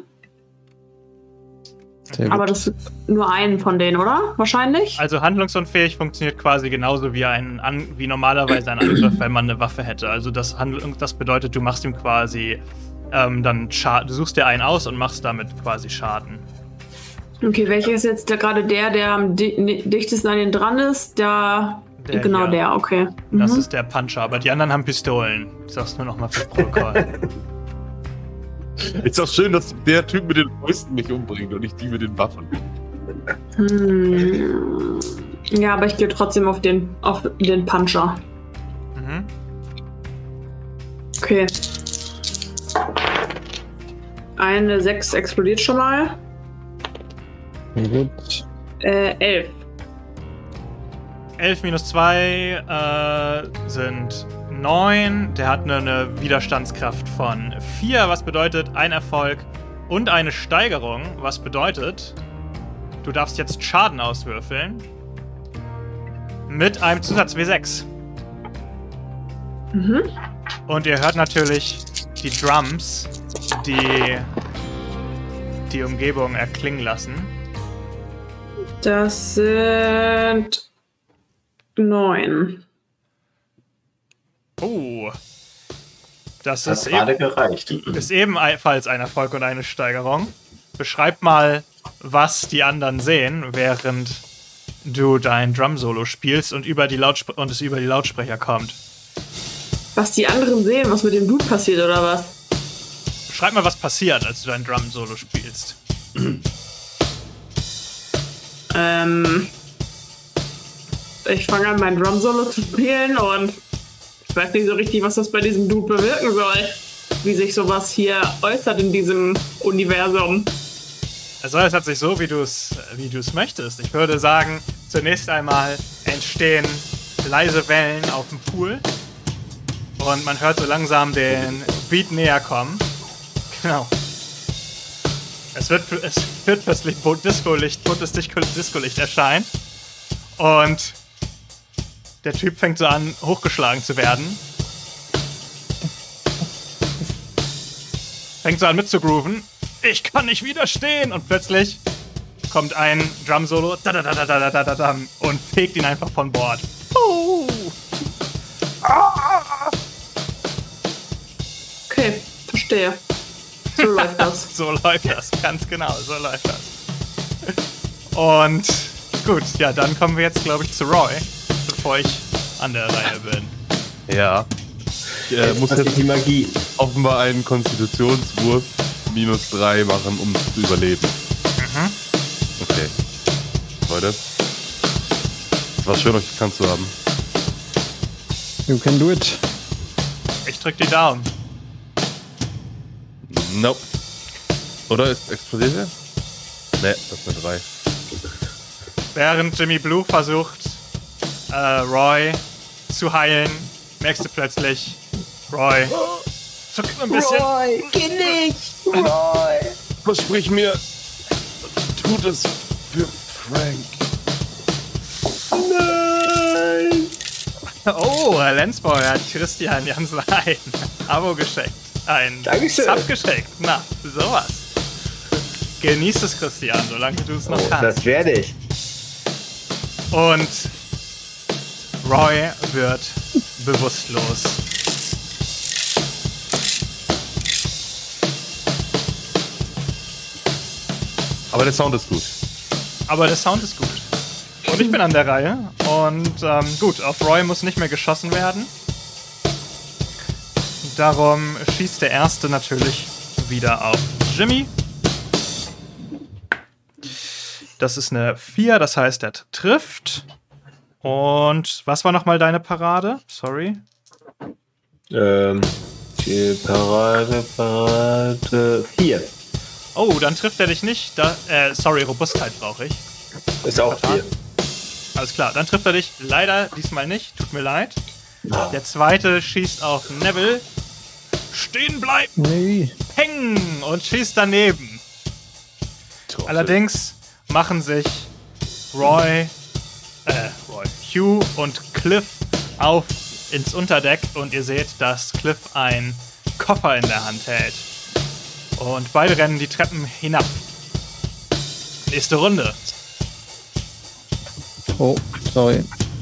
S6: Sehr gut.
S5: Aber das ist nur einen von denen, oder? Wahrscheinlich?
S2: Also handlungsunfähig funktioniert quasi genauso wie wie normalerweise ein Angriff, wenn man eine Waffe hätte. Also das bedeutet, du machst ihm quasi dann Schaden. Du suchst dir einen aus und machst damit quasi Schaden.
S5: Okay, welcher ist jetzt gerade der am dichtesten an den dran ist? Der
S2: hier.
S5: Der, okay.
S2: Das ist der Puncher, aber die anderen haben Pistolen. Ich sag's nur nochmal fürs Protokoll.
S4: Ist doch schön, dass der Typ mit den Fäusten mich umbringt und nicht die mit den Waffen.
S5: Ja, aber ich gehe trotzdem auf den Puncher.
S2: Mhm.
S5: Okay. Eine 6 explodiert schon mal.
S6: Gut.
S5: 11.
S2: 11 minus 2 sind 9. Der hat eine Widerstandskraft von 4, was bedeutet ein Erfolg und eine Steigerung, was bedeutet, du darfst jetzt Schaden auswürfeln mit einem Zusatz W6.
S5: Mhm.
S2: Und ihr hört natürlich die Drums, die die Umgebung erklingen lassen.
S5: Das sind 9.
S2: Oh. Das
S3: Hat
S2: ist
S3: gerade gereicht.
S2: Ist ebenfalls ein Erfolg und eine Steigerung. Beschreib mal, was die anderen sehen, während du dein Drum-Solo spielst und es über die Lautsprecher kommt.
S5: Was die anderen sehen, was mit dem Dude passiert, oder was?
S2: Beschreib mal, was passiert, als du dein Drum-Solo spielst.
S5: Ich fange an, mein Drum-Solo zu spielen und ich weiß nicht so richtig, was das bei diesem Dude bewirken soll. Wie sich sowas hier äußert in diesem Universum.
S2: Es äußert sich so, wie du es möchtest. Ich würde sagen, zunächst einmal entstehen leise Wellen auf dem Pool. Und man hört so langsam den Beat näher kommen. Genau. Es wird plötzlich buntes Disco-Licht erscheint. Und der Typ fängt so an, hochgeschlagen zu werden. Fängt so an mitzugrooven. Ich kann nicht widerstehen! Und plötzlich kommt ein Drum-Solo und fegt ihn einfach von Bord.
S5: Okay, verstehe. So läuft das.
S2: So läuft das, ganz genau, so läuft das. Und gut, ja, dann kommen wir jetzt, glaube ich, zu Roy, bevor ich an der Reihe bin.
S4: Ja. Ich muss jetzt
S3: die Magie.
S4: offenbar einen Konstitutionswurf -3 machen, um zu überleben.
S2: Mhm.
S4: Okay. Leute. Es war schön, euch gekannt zu haben.
S6: You can do it.
S2: Ich drück die Daumen.
S4: Nope. Oder explodiert er? Ne, das ist eine 3.
S2: Während Jimmy Blue versucht, Roy zu heilen, merkst du plötzlich, Roy zuckt ein bisschen.
S3: Roy, geh nicht! Roy!
S4: Versprich mir, tut es für Frank.
S3: Nein!
S2: Oh, Herr Lensboy hat Christian Jansen ein Abo geschenkt. Ein
S3: Dankeschön.
S2: Sub geschenkt. Na, sowas. Genieß es, Christian, solange du es noch kannst.
S3: Das werde ich.
S2: Und Roy wird bewusstlos.
S4: Aber der Sound ist gut.
S2: Aber der Sound ist gut. Und ich bin an der Reihe. Und gut, auf Roy muss nicht mehr geschossen werden. Darum schießt der Erste natürlich wieder auf Jimmy. Das ist eine 4, das heißt, er trifft. Und was war nochmal deine Parade? Sorry.
S3: Parade 4.
S2: Oh, dann trifft er dich nicht. Sorry, Robustheit brauche ich.
S3: Ist auch 4.
S2: Alles klar, dann trifft er dich leider diesmal nicht. Tut mir leid. Der Zweite schießt auf Neville. Stehen bleiben!
S6: Nee.
S2: Hängen! Und schießt daneben. Allerdings machen sich Hugh und Cliff auf ins Unterdeck und ihr seht, dass Cliff einen Koffer in der Hand hält. Und beide rennen die Treppen hinab. Nächste Runde.
S6: Oh, sorry.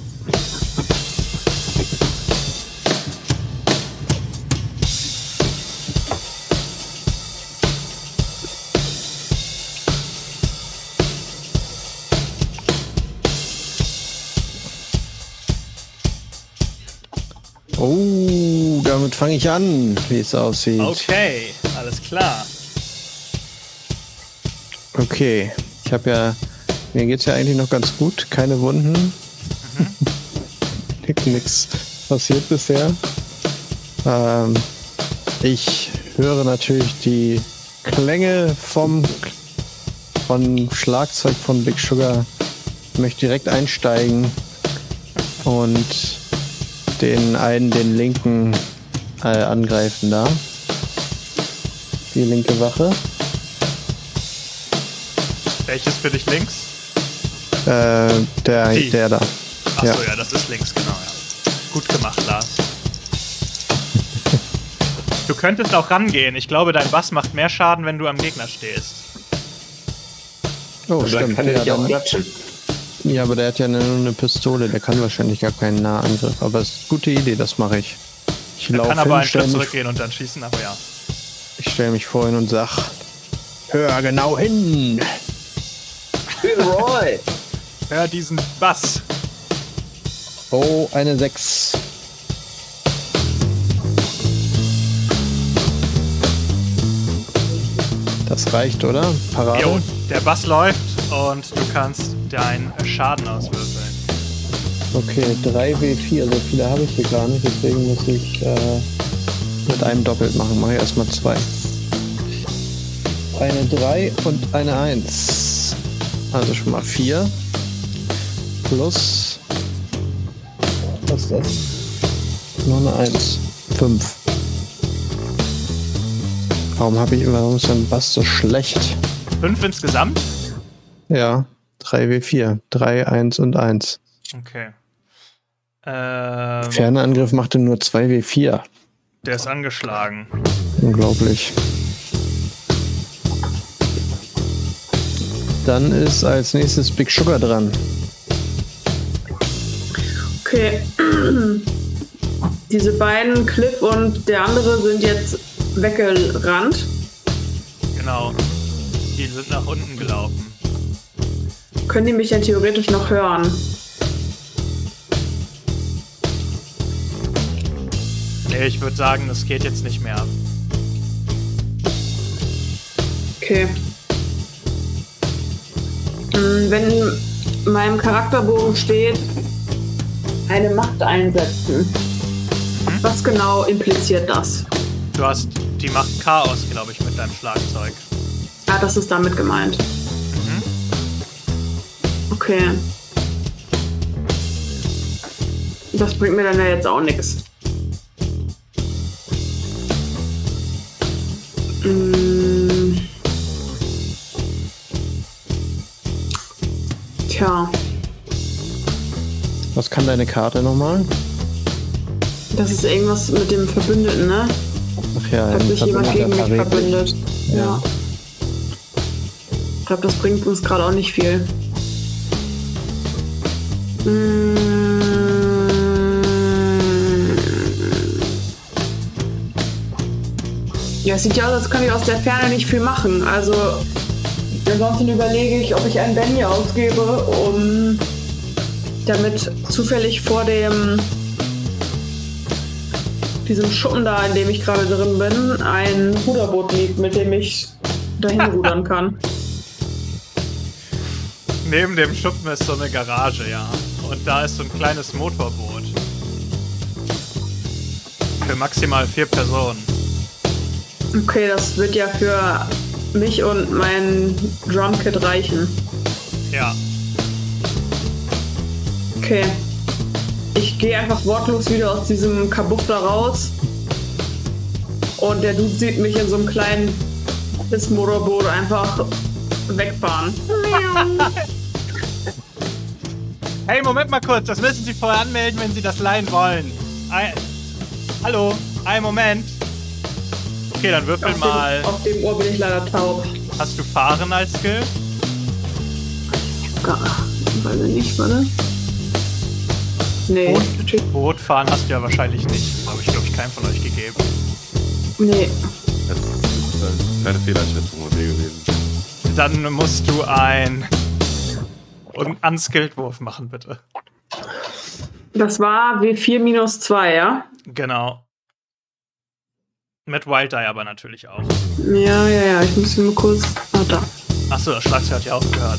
S6: Oh, damit fange ich an, wie es aussieht.
S2: Okay, alles klar.
S6: Okay, mir geht's ja eigentlich noch ganz gut, keine Wunden. Nix passiert bisher. Ich höre natürlich die Klänge von Schlagzeug von Big Sugar. Ich möchte direkt einsteigen und den linken angreifen da. Die linke Wache.
S2: Welches für dich links?
S6: Der da.
S2: Achso, ja, das ist links, genau. Ja. Gut gemacht, Lars. Du könntest auch rangehen. Ich glaube, dein Bass macht mehr Schaden, wenn du am Gegner stehst.
S6: Oh,
S3: Dann
S6: stimmt.
S3: kann er dich auch klatschen.
S6: Ja, aber der hat ja nur eine Pistole. Der kann wahrscheinlich gar keinen Nahangriff. Aber es ist eine gute Idee, das mache ich.
S2: Er kann aber einen Schritt zurückgehen und dann schießen, aber ja.
S6: Ich stelle mich vor ihn und sag: Hör genau hin!
S3: Roy!
S2: Hör diesen Bass.
S6: Oh, eine 6. Das reicht, oder? Parade?
S2: Jo, der Bass läuft und du kannst deinen Schaden auswürfeln.
S6: Okay, 3W4, so viele habe ich hier gar nicht, deswegen muss ich mit einem doppelt machen. Mache ich erstmal 2. Eine 3 und eine 1. Also schon mal 4. Plus. Was ist das? Noch eine 1. 5. Warum ist mein Bass so schlecht?
S2: 5 insgesamt?
S6: Ja, 3W4. 3, 1 und 1.
S2: Okay.
S6: Ferneangriff machte nur 2W4.
S2: Der ist angeschlagen.
S6: Unglaublich. Dann ist als nächstes Big Sugar dran.
S5: Okay. Diese beiden, Cliff und der andere, sind jetzt weggerannt.
S2: Genau. Die sind nach unten gelaufen.
S5: Können die mich denn theoretisch noch hören?
S2: Nee, ich würde sagen, das geht jetzt nicht mehr.
S5: Okay. Wenn in meinem Charakterbogen steht, eine Macht einsetzen, was genau impliziert das?
S2: Du hast die Macht Chaos, glaube ich, mit deinem Schlagzeug.
S5: Ah, das ist damit gemeint. Okay. Das bringt mir dann ja jetzt auch nichts. Tja.
S6: Was kann deine Karte nochmal?
S5: Das ist irgendwas mit dem Verbündeten, ne?
S6: Ach ja,
S5: Hat sich jemand gegen mich verbündet.
S6: Ja.
S5: Ich glaube, das bringt uns gerade auch nicht viel. Ja, es sieht ja aus, als könnte ich aus der Ferne nicht viel machen. Also, ansonsten überlege ich, ob ich einen Benny ausgebe, um damit zufällig vor diesem Schuppen da, in dem ich gerade drin bin, ein Ruderboot liegt, mit dem ich dahin rudern kann.
S2: Neben dem Schuppen ist so eine Garage, ja. Und da ist so ein kleines Motorboot. Für maximal 4 Personen.
S5: Okay, das wird ja für mich und mein Drumkit reichen.
S2: Ja.
S5: Okay. Ich gehe einfach wortlos wieder aus diesem Kabuff da raus. Und der Dude sieht mich in so einem kleinen Motorboot einfach wegfahren.
S2: Hey, Moment mal kurz. Das müssen Sie vorher anmelden, wenn Sie das leihen wollen. Hallo? Einen Moment. Okay, dann würfel mal.
S5: Auf dem Ohr bin ich leider taub.
S2: Hast du Fahren als Skill?
S5: Weiß ich nicht, warte. Nee.
S2: Bootfahren hast du ja wahrscheinlich nicht. Habe ich, glaube ich, keinem von euch gegeben.
S5: Nee.
S4: Das ist eine kleine Fehleinschätzung von mir gewesen.
S2: Dann musst du einen Unskilled-Wurf machen, bitte.
S5: Das war W4 minus 2, ja?
S2: Genau. Mit Wild Die aber natürlich auch.
S5: Ja. Ich muss nur kurz. Ah, da.
S2: Achso, das Schlagzeug hat ja aufgehört.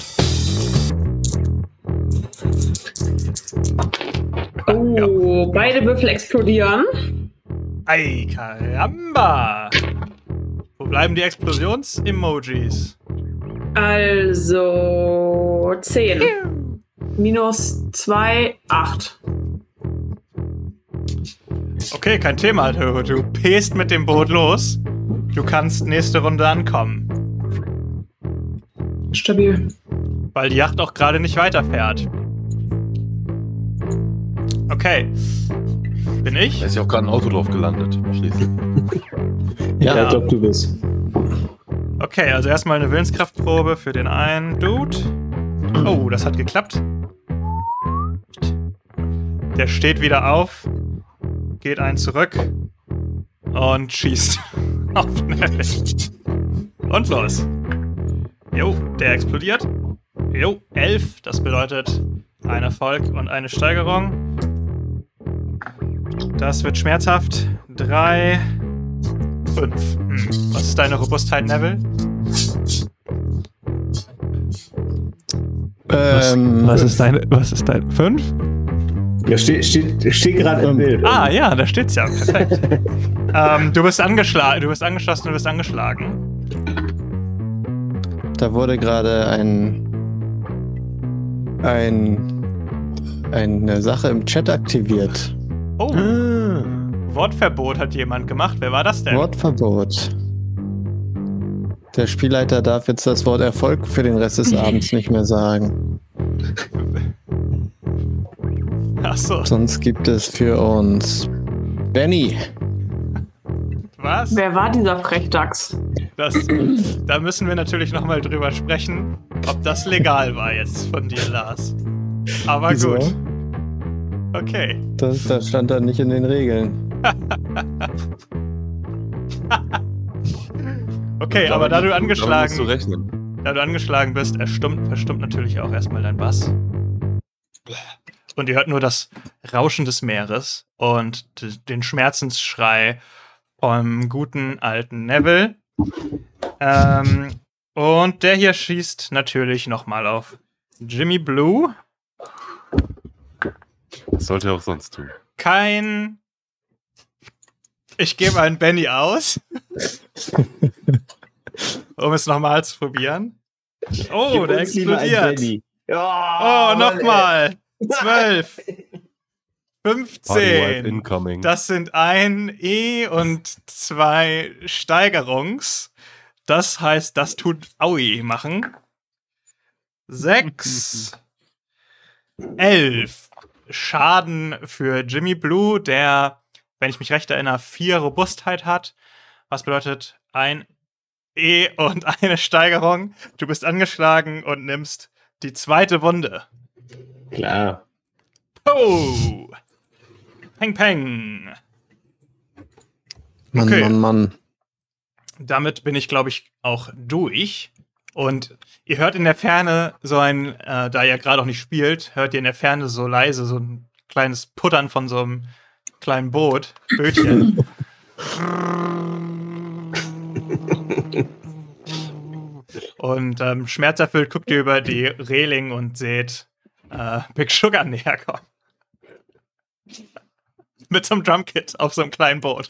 S5: Oh, ja. Beide Würfel explodieren.
S2: Ei, Karamba! Wo bleiben die Explosions-Emojis?
S5: Also 10. Minus 2, 8.
S2: Okay, kein Thema. Du pest mit dem Boot los. Du kannst nächste Runde ankommen.
S5: Stabil.
S2: Weil die Yacht auch gerade nicht weiterfährt. Okay. Bin ich?
S4: Da ist ja auch gerade ein Auto drauf gelandet. Schließlich.
S3: Ja, ich glaube, du bist.
S2: Okay, also erstmal eine Willenskraftprobe für den einen Dude. Oh, das hat geklappt. Der steht wieder auf, geht einen zurück und schießt auf Neville. Und los. Jo, der explodiert. Jo, 11. Das bedeutet ein Erfolg und eine Steigerung. Das wird schmerzhaft. 3, 5. Was ist deine Robustheit, Neville? Was ist dein 5?
S3: Ja, steht gerade im Bild.
S2: Ah, ja, da steht's ja. Perfekt. Du bist angeschlagen, du bist angeschossen, du bist angeschlagen.
S6: Da wurde gerade eine Sache im Chat aktiviert.
S2: Oh. Wortverbot hat jemand gemacht. Wer war das denn?
S6: Wortverbot. Der Spielleiter darf jetzt das Wort Erfolg für den Rest des Abends nicht mehr sagen.
S2: Ach so.
S6: Sonst gibt es für uns Benny.
S2: Was?
S5: Wer war dieser Frechdachs?
S2: Da müssen wir natürlich nochmal drüber sprechen, ob das legal war jetzt von dir, Lars. Aber
S6: Wieso?
S2: gut. Okay.
S6: Das stand da nicht in den Regeln.
S2: Okay, aber da du
S4: Damit musst du
S2: angeschlagen bist, verstummt natürlich auch erstmal dein Bass. Und ihr hört nur das Rauschen des Meeres und den Schmerzensschrei vom guten alten Neville. Und der hier schießt natürlich nochmal auf Jimmy Blue.
S4: Was sollte er auch sonst tun? Ich gebe einen Benny aus.
S2: Um es nochmal zu probieren. Oh, der explodiert.
S3: Oh,
S2: nochmal. 12.
S4: Party
S2: 15.
S4: incoming.
S2: Das sind 1 E und 2 Steigerungs. Das heißt, das tut Aui machen. 6. 11. Schaden für Jimmy Blue, der, wenn ich mich recht erinnere, 4 Robustheit hat. Was bedeutet 1 E und eine Steigerung. Du bist angeschlagen und nimmst die 2. Wunde.
S3: Klar.
S2: Oh! Peng, peng.
S6: Mann,
S2: Okay.
S6: Mann.
S2: Damit bin ich, glaube ich, auch durch. Und ihr hört in der Ferne so ein, da ihr gerade auch nicht spielt, hört ihr in der Ferne so leise so ein kleines Puttern von so einem kleinen Bötchen. Und schmerzerfüllt guckt ihr über die Reling und seht Big Sugar näher kommen. Mit so einem Drumkit auf so einem kleinen Boot.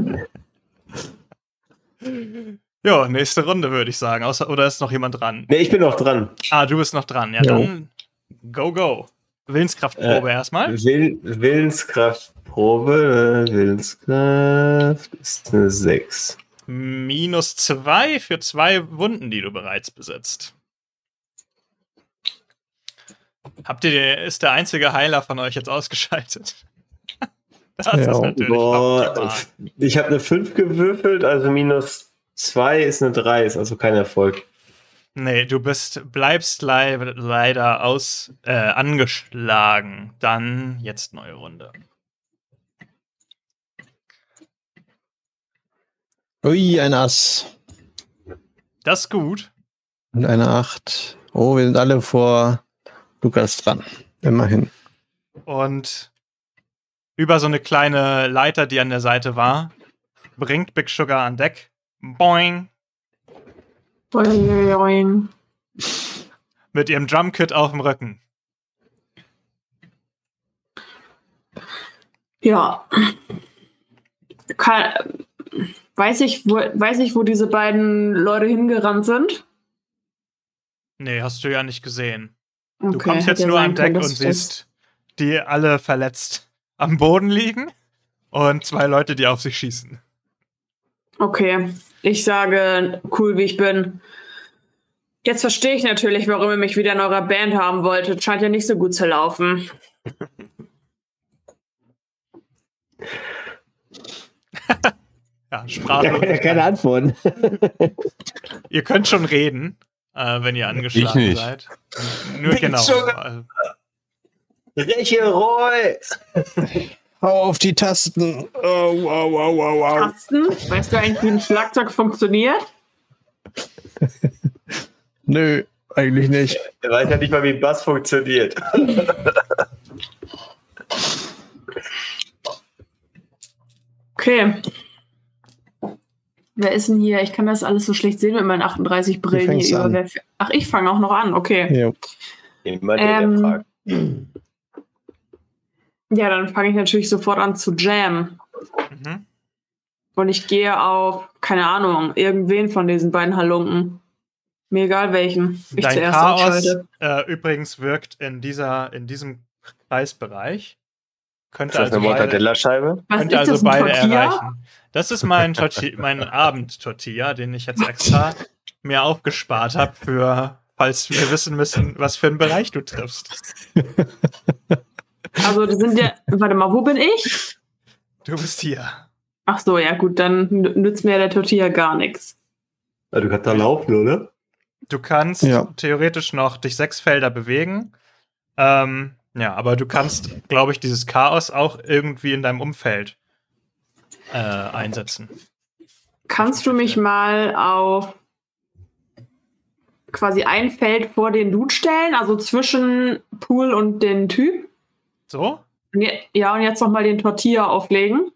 S2: Jo, nächste Runde würde ich sagen. Oder ist noch jemand dran?
S3: Ne, ich bin noch dran.
S2: Ah, du bist noch dran. Ja,
S6: Jo.
S2: dann go. Willenskraftprobe erstmal.
S3: Willenskraftprobe. Willenskraft ist eine 6.
S2: -2 für 2 Wunden, die du bereits besitzt. Ist der einzige Heiler von euch jetzt ausgeschaltet? Das ist
S6: Ja.
S2: natürlich
S3: Boah,
S2: optimal.
S3: ich habe eine 5 gewürfelt, also -2 ist eine 3, ist also kein Erfolg.
S2: Nee, du bleibst leider angeschlagen. Dann jetzt neue Runde.
S6: Ui, ein Ass.
S2: Das ist gut.
S6: Und eine 8. Oh, wir sind alle vor Lukas dran. Immerhin.
S2: Und über so eine kleine Leiter, die an der Seite war, bringt Big Sugar an Deck. Boing.
S5: Boing.
S2: Mit ihrem Drumkit auf dem Rücken.
S5: Ja. Weiß ich, wo diese beiden Leute hingerannt sind?
S2: Nee, hast du ja nicht gesehen.
S5: Okay,
S2: Du kommst
S5: hätte
S2: jetzt
S5: ja
S2: nur
S5: sein
S2: an Deck
S5: können,
S2: und
S5: dass das-
S2: siehst die alle verletzt am Boden liegen und 2 Leute, die auf sich schießen.
S5: Okay, ich sage, cool wie ich bin. Jetzt verstehe ich natürlich, warum ihr mich wieder in eurer Band haben wolltet. Scheint ja nicht so gut zu laufen.
S2: Ja,
S3: Ja,
S2: sprachlos.
S3: keine Antworten.
S2: Ihr könnt schon reden, wenn ihr angeschlagen
S4: Ich nicht.
S2: seid. Nur
S3: Big
S2: genau.
S3: Sugar. Räche Roy!
S6: Hau auf die Tasten. Oh, wow.
S5: Tasten? Weißt du eigentlich, wie ein Schlagzeug funktioniert?
S6: Nö, eigentlich nicht.
S3: Er weiß ja nicht mal, wie ein Bass funktioniert.
S5: Okay. Wer ist denn hier? Ich kann das alles so schlecht sehen mit meinen 38 Brillen
S6: fängst
S5: hier
S6: an.
S5: über. Ach, ich fange auch noch an, okay.
S6: Jo.
S3: Immer der fragt.
S5: Ja, dann fange ich natürlich sofort an zu jammen.
S2: Mhm.
S5: Und ich gehe auf, keine Ahnung, irgendwen von diesen beiden Halunken. Mir egal welchen. Ich
S2: Dein
S5: zuerst
S2: Chaos
S5: ausschalte.
S2: übrigens wirkt in diesem Kreisbereich. Könnte
S3: Ist das eine Mortadella-Scheibe?
S2: Könnte also beide erreichen. Das ist mein Abend-Tortilla, den ich jetzt extra mir aufgespart habe, für, falls wir wissen müssen, was für einen Bereich du triffst.
S5: Also, das sind ja. Warte mal, wo bin ich?
S2: Du bist hier.
S5: Ach so, ja, gut, dann nützt mir der Tortilla gar nichts.
S3: Ja, du kannst da laufen, oder?
S2: Du kannst theoretisch noch dich 6 Felder bewegen. Ja, aber du kannst, glaube ich, dieses Chaos auch irgendwie in deinem Umfeld einsetzen.
S5: Kannst du mich mal auf quasi ein Feld vor den Dude stellen, also zwischen Pool und den Typ?
S2: So?
S5: Ja, und jetzt nochmal den Tortilla auflegen.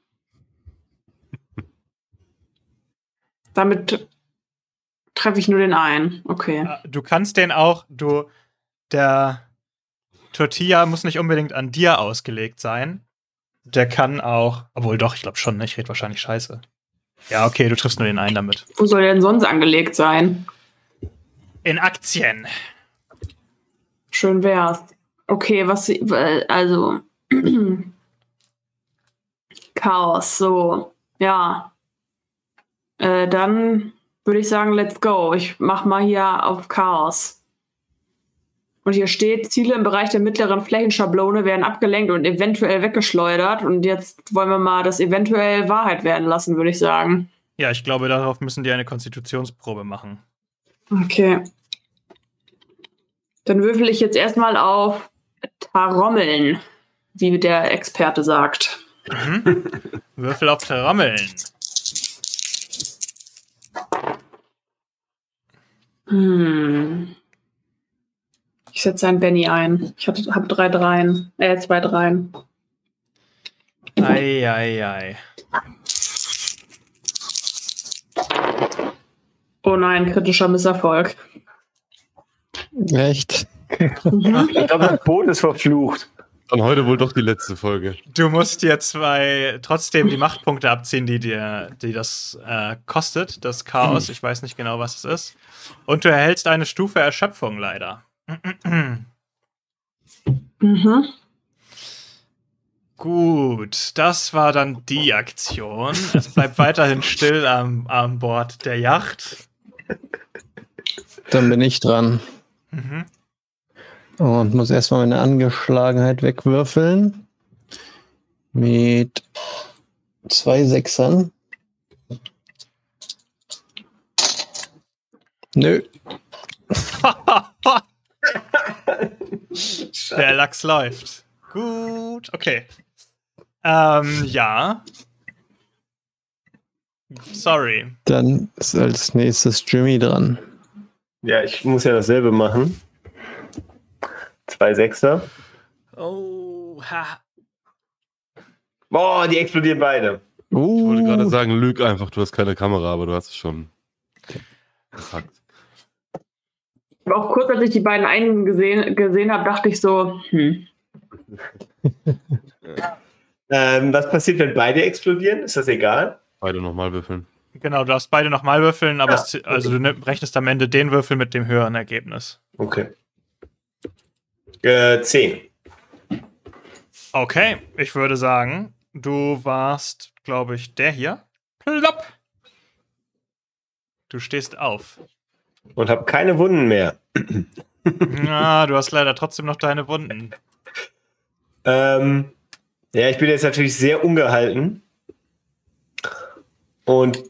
S5: Damit treffe ich nur den einen. Okay.
S2: Du kannst den auch, der Tortilla muss nicht unbedingt an dir ausgelegt sein. Der kann auch, obwohl doch, ich glaube schon, ich rede wahrscheinlich scheiße. Ja, okay, du triffst nur den einen damit.
S5: Wo soll der denn sonst angelegt sein?
S2: In Aktien.
S5: Schön wär's. Okay, also Chaos, so, ja. Dann würde ich sagen, let's go. Ich mach mal hier auf Chaos. Und hier steht, Ziele im Bereich der mittleren Flächenschablone werden abgelenkt und eventuell weggeschleudert. Und jetzt wollen wir mal das eventuell Wahrheit werden lassen, würde ich sagen.
S2: Ja, ich glaube, darauf müssen die eine Konstitutionsprobe machen.
S5: Okay. Dann würfel ich jetzt erstmal auf Tarommeln, wie der Experte sagt.
S2: Mhm. Würfel auf Tarommeln.
S5: Ich setze einen Benny ein. Ich habe 2 Dreien.
S2: Ei.
S5: Oh nein, kritischer Misserfolg.
S6: Echt?
S3: Ich glaube, das Boot ist verflucht.
S4: Dann heute wohl doch die letzte Folge.
S2: Du musst dir trotzdem die Machtpunkte abziehen, die das kostet, das Chaos. Ich weiß nicht genau, was es ist. Und du erhältst eine Stufe Erschöpfung leider. Gut, das war dann die Aktion. Es bleibt weiterhin still an Bord der Yacht.
S6: Dann bin ich dran. Und muss erstmal meine Angeschlagenheit wegwürfeln. Mit 2 Sechsern. Nö.
S2: Der Lachs läuft. Gut, okay. Ja. Sorry.
S6: Dann ist als nächstes Jimmy dran.
S3: Ja, ich muss ja dasselbe machen. 2 Sechser.
S2: Oh, ha.
S3: Boah, die explodieren beide.
S4: Ich wollte gerade sagen, lüg einfach, du hast keine Kamera, aber du hast es schon gepackt.
S5: Auch kurz, als ich die beiden einen gesehen habe, dachte ich so,
S3: Was passiert, wenn beide explodieren? Ist das egal?
S4: Beide nochmal würfeln.
S2: Genau, du darfst beide nochmal würfeln, aber du rechnest am Ende den Würfel mit dem höheren Ergebnis.
S3: Okay. 10.
S2: Okay, ich würde sagen, du warst, glaube ich, der hier. Plopp. Du stehst auf.
S3: Und habe keine Wunden mehr.
S2: Ja, du hast leider trotzdem noch deine Wunden.
S3: Ja, ich bin jetzt natürlich sehr ungehalten. Und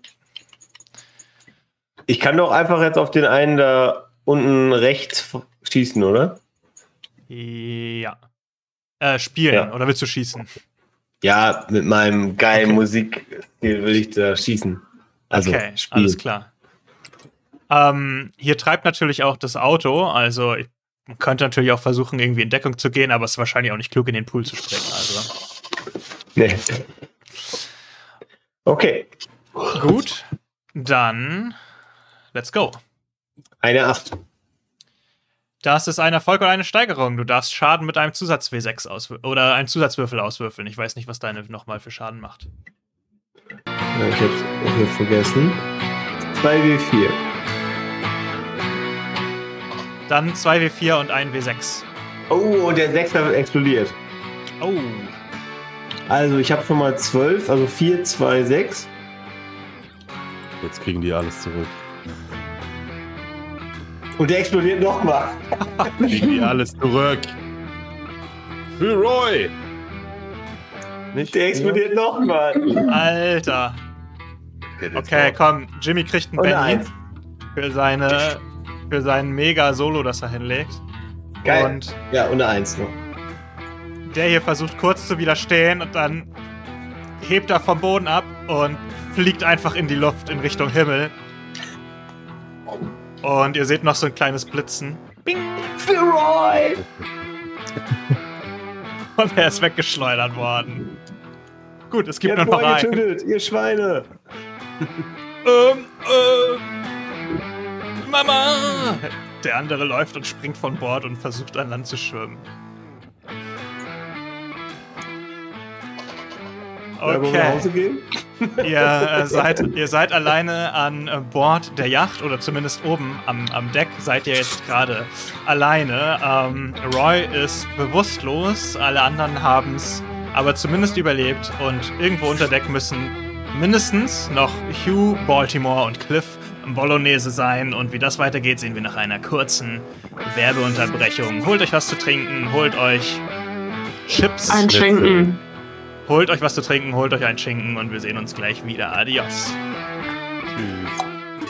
S3: ich kann doch einfach jetzt auf den einen da unten rechts schießen, oder?
S2: Ja. Spielen,
S3: Ja.
S2: oder willst du schießen?
S3: Ja, mit meinem geilen Musikstil will ich da schießen. Also
S2: okay,
S3: spielen.
S2: alles klar. Hier treibt natürlich auch das Auto, also man könnte natürlich auch versuchen, irgendwie in Deckung zu gehen, aber es ist wahrscheinlich auch nicht klug, in den Pool zu springen. Also.
S3: Nee. Okay.
S2: Gut, dann let's go.
S3: Eine 8.
S2: Das ist ein Erfolg oder eine Steigerung. Du darfst Schaden mit einem Zusatz-W6 oder einem Zusatzwürfel auswürfeln. Ich weiß nicht, was deine nochmal für Schaden macht.
S3: Ja, ich hab's vergessen. 2W4.
S2: Dann 2W4 und ein W6.
S3: Oh, und der 6er explodiert.
S2: Oh.
S3: Also ich habe schon mal 12, also 4, 2, 6.
S4: Jetzt kriegen die alles zurück.
S3: Und der explodiert nochmal.
S4: Kriegen die alles zurück. Für Roy! Nicht?
S3: Der explodiert nochmal.
S2: Alter. Okay, komm. Jimmy kriegt einen Benny für seinen Mega-Solo, das er hinlegt.
S3: Geil.
S2: Und
S3: ja, und eine 1 noch.
S2: der hier versucht kurz zu widerstehen und dann hebt er vom Boden ab und fliegt einfach in die Luft in Richtung Himmel. Und ihr seht noch so ein kleines Blitzen. Bing!
S3: Für Roy!
S2: Und er ist weggeschleudert worden. Gut, es gibt
S3: Ihr
S2: nur
S3: habt
S2: noch
S3: Roy
S2: einen.
S3: getötet, ihr Schweine!
S2: Mama! Der andere läuft und springt von Bord und versucht an Land zu schwimmen.
S3: Wollen wir nach Hause gehen?
S2: Ihr seid alleine an Bord der Yacht oder zumindest oben am Deck seid ihr jetzt gerade alleine. Roy ist bewusstlos, alle anderen haben es aber zumindest überlebt und irgendwo unter Deck müssen mindestens noch Hugh, Baltimore und Cliff Bolognese sein. Und wie das weitergeht, sehen wir nach einer kurzen Werbeunterbrechung. Holt euch was zu trinken, holt euch Chips.
S5: Ein Schinken.
S2: Holt euch was zu trinken, holt euch einen Schinken und wir sehen uns gleich wieder. Adios.
S4: Tschüss.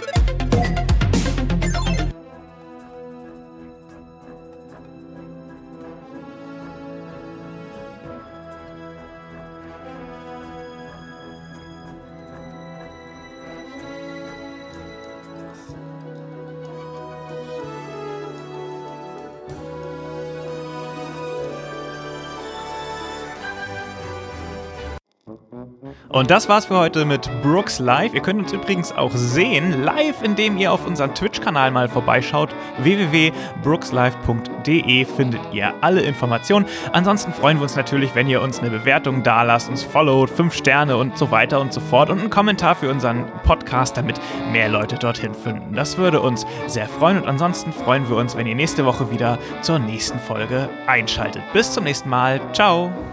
S2: Und das war's für heute mit Brooks Live. Ihr könnt uns übrigens auch sehen, live, indem ihr auf unseren Twitch-Kanal mal vorbeischaut. www.brookslive.de findet ihr alle Informationen. Ansonsten freuen wir uns natürlich, wenn ihr uns eine Bewertung dalasst, uns followt, 5 Sterne und so weiter und so fort und einen Kommentar für unseren Podcast, damit mehr Leute dorthin finden. Das würde uns sehr freuen und ansonsten freuen wir uns, wenn ihr nächste Woche wieder zur nächsten Folge einschaltet. Bis zum nächsten Mal. Ciao!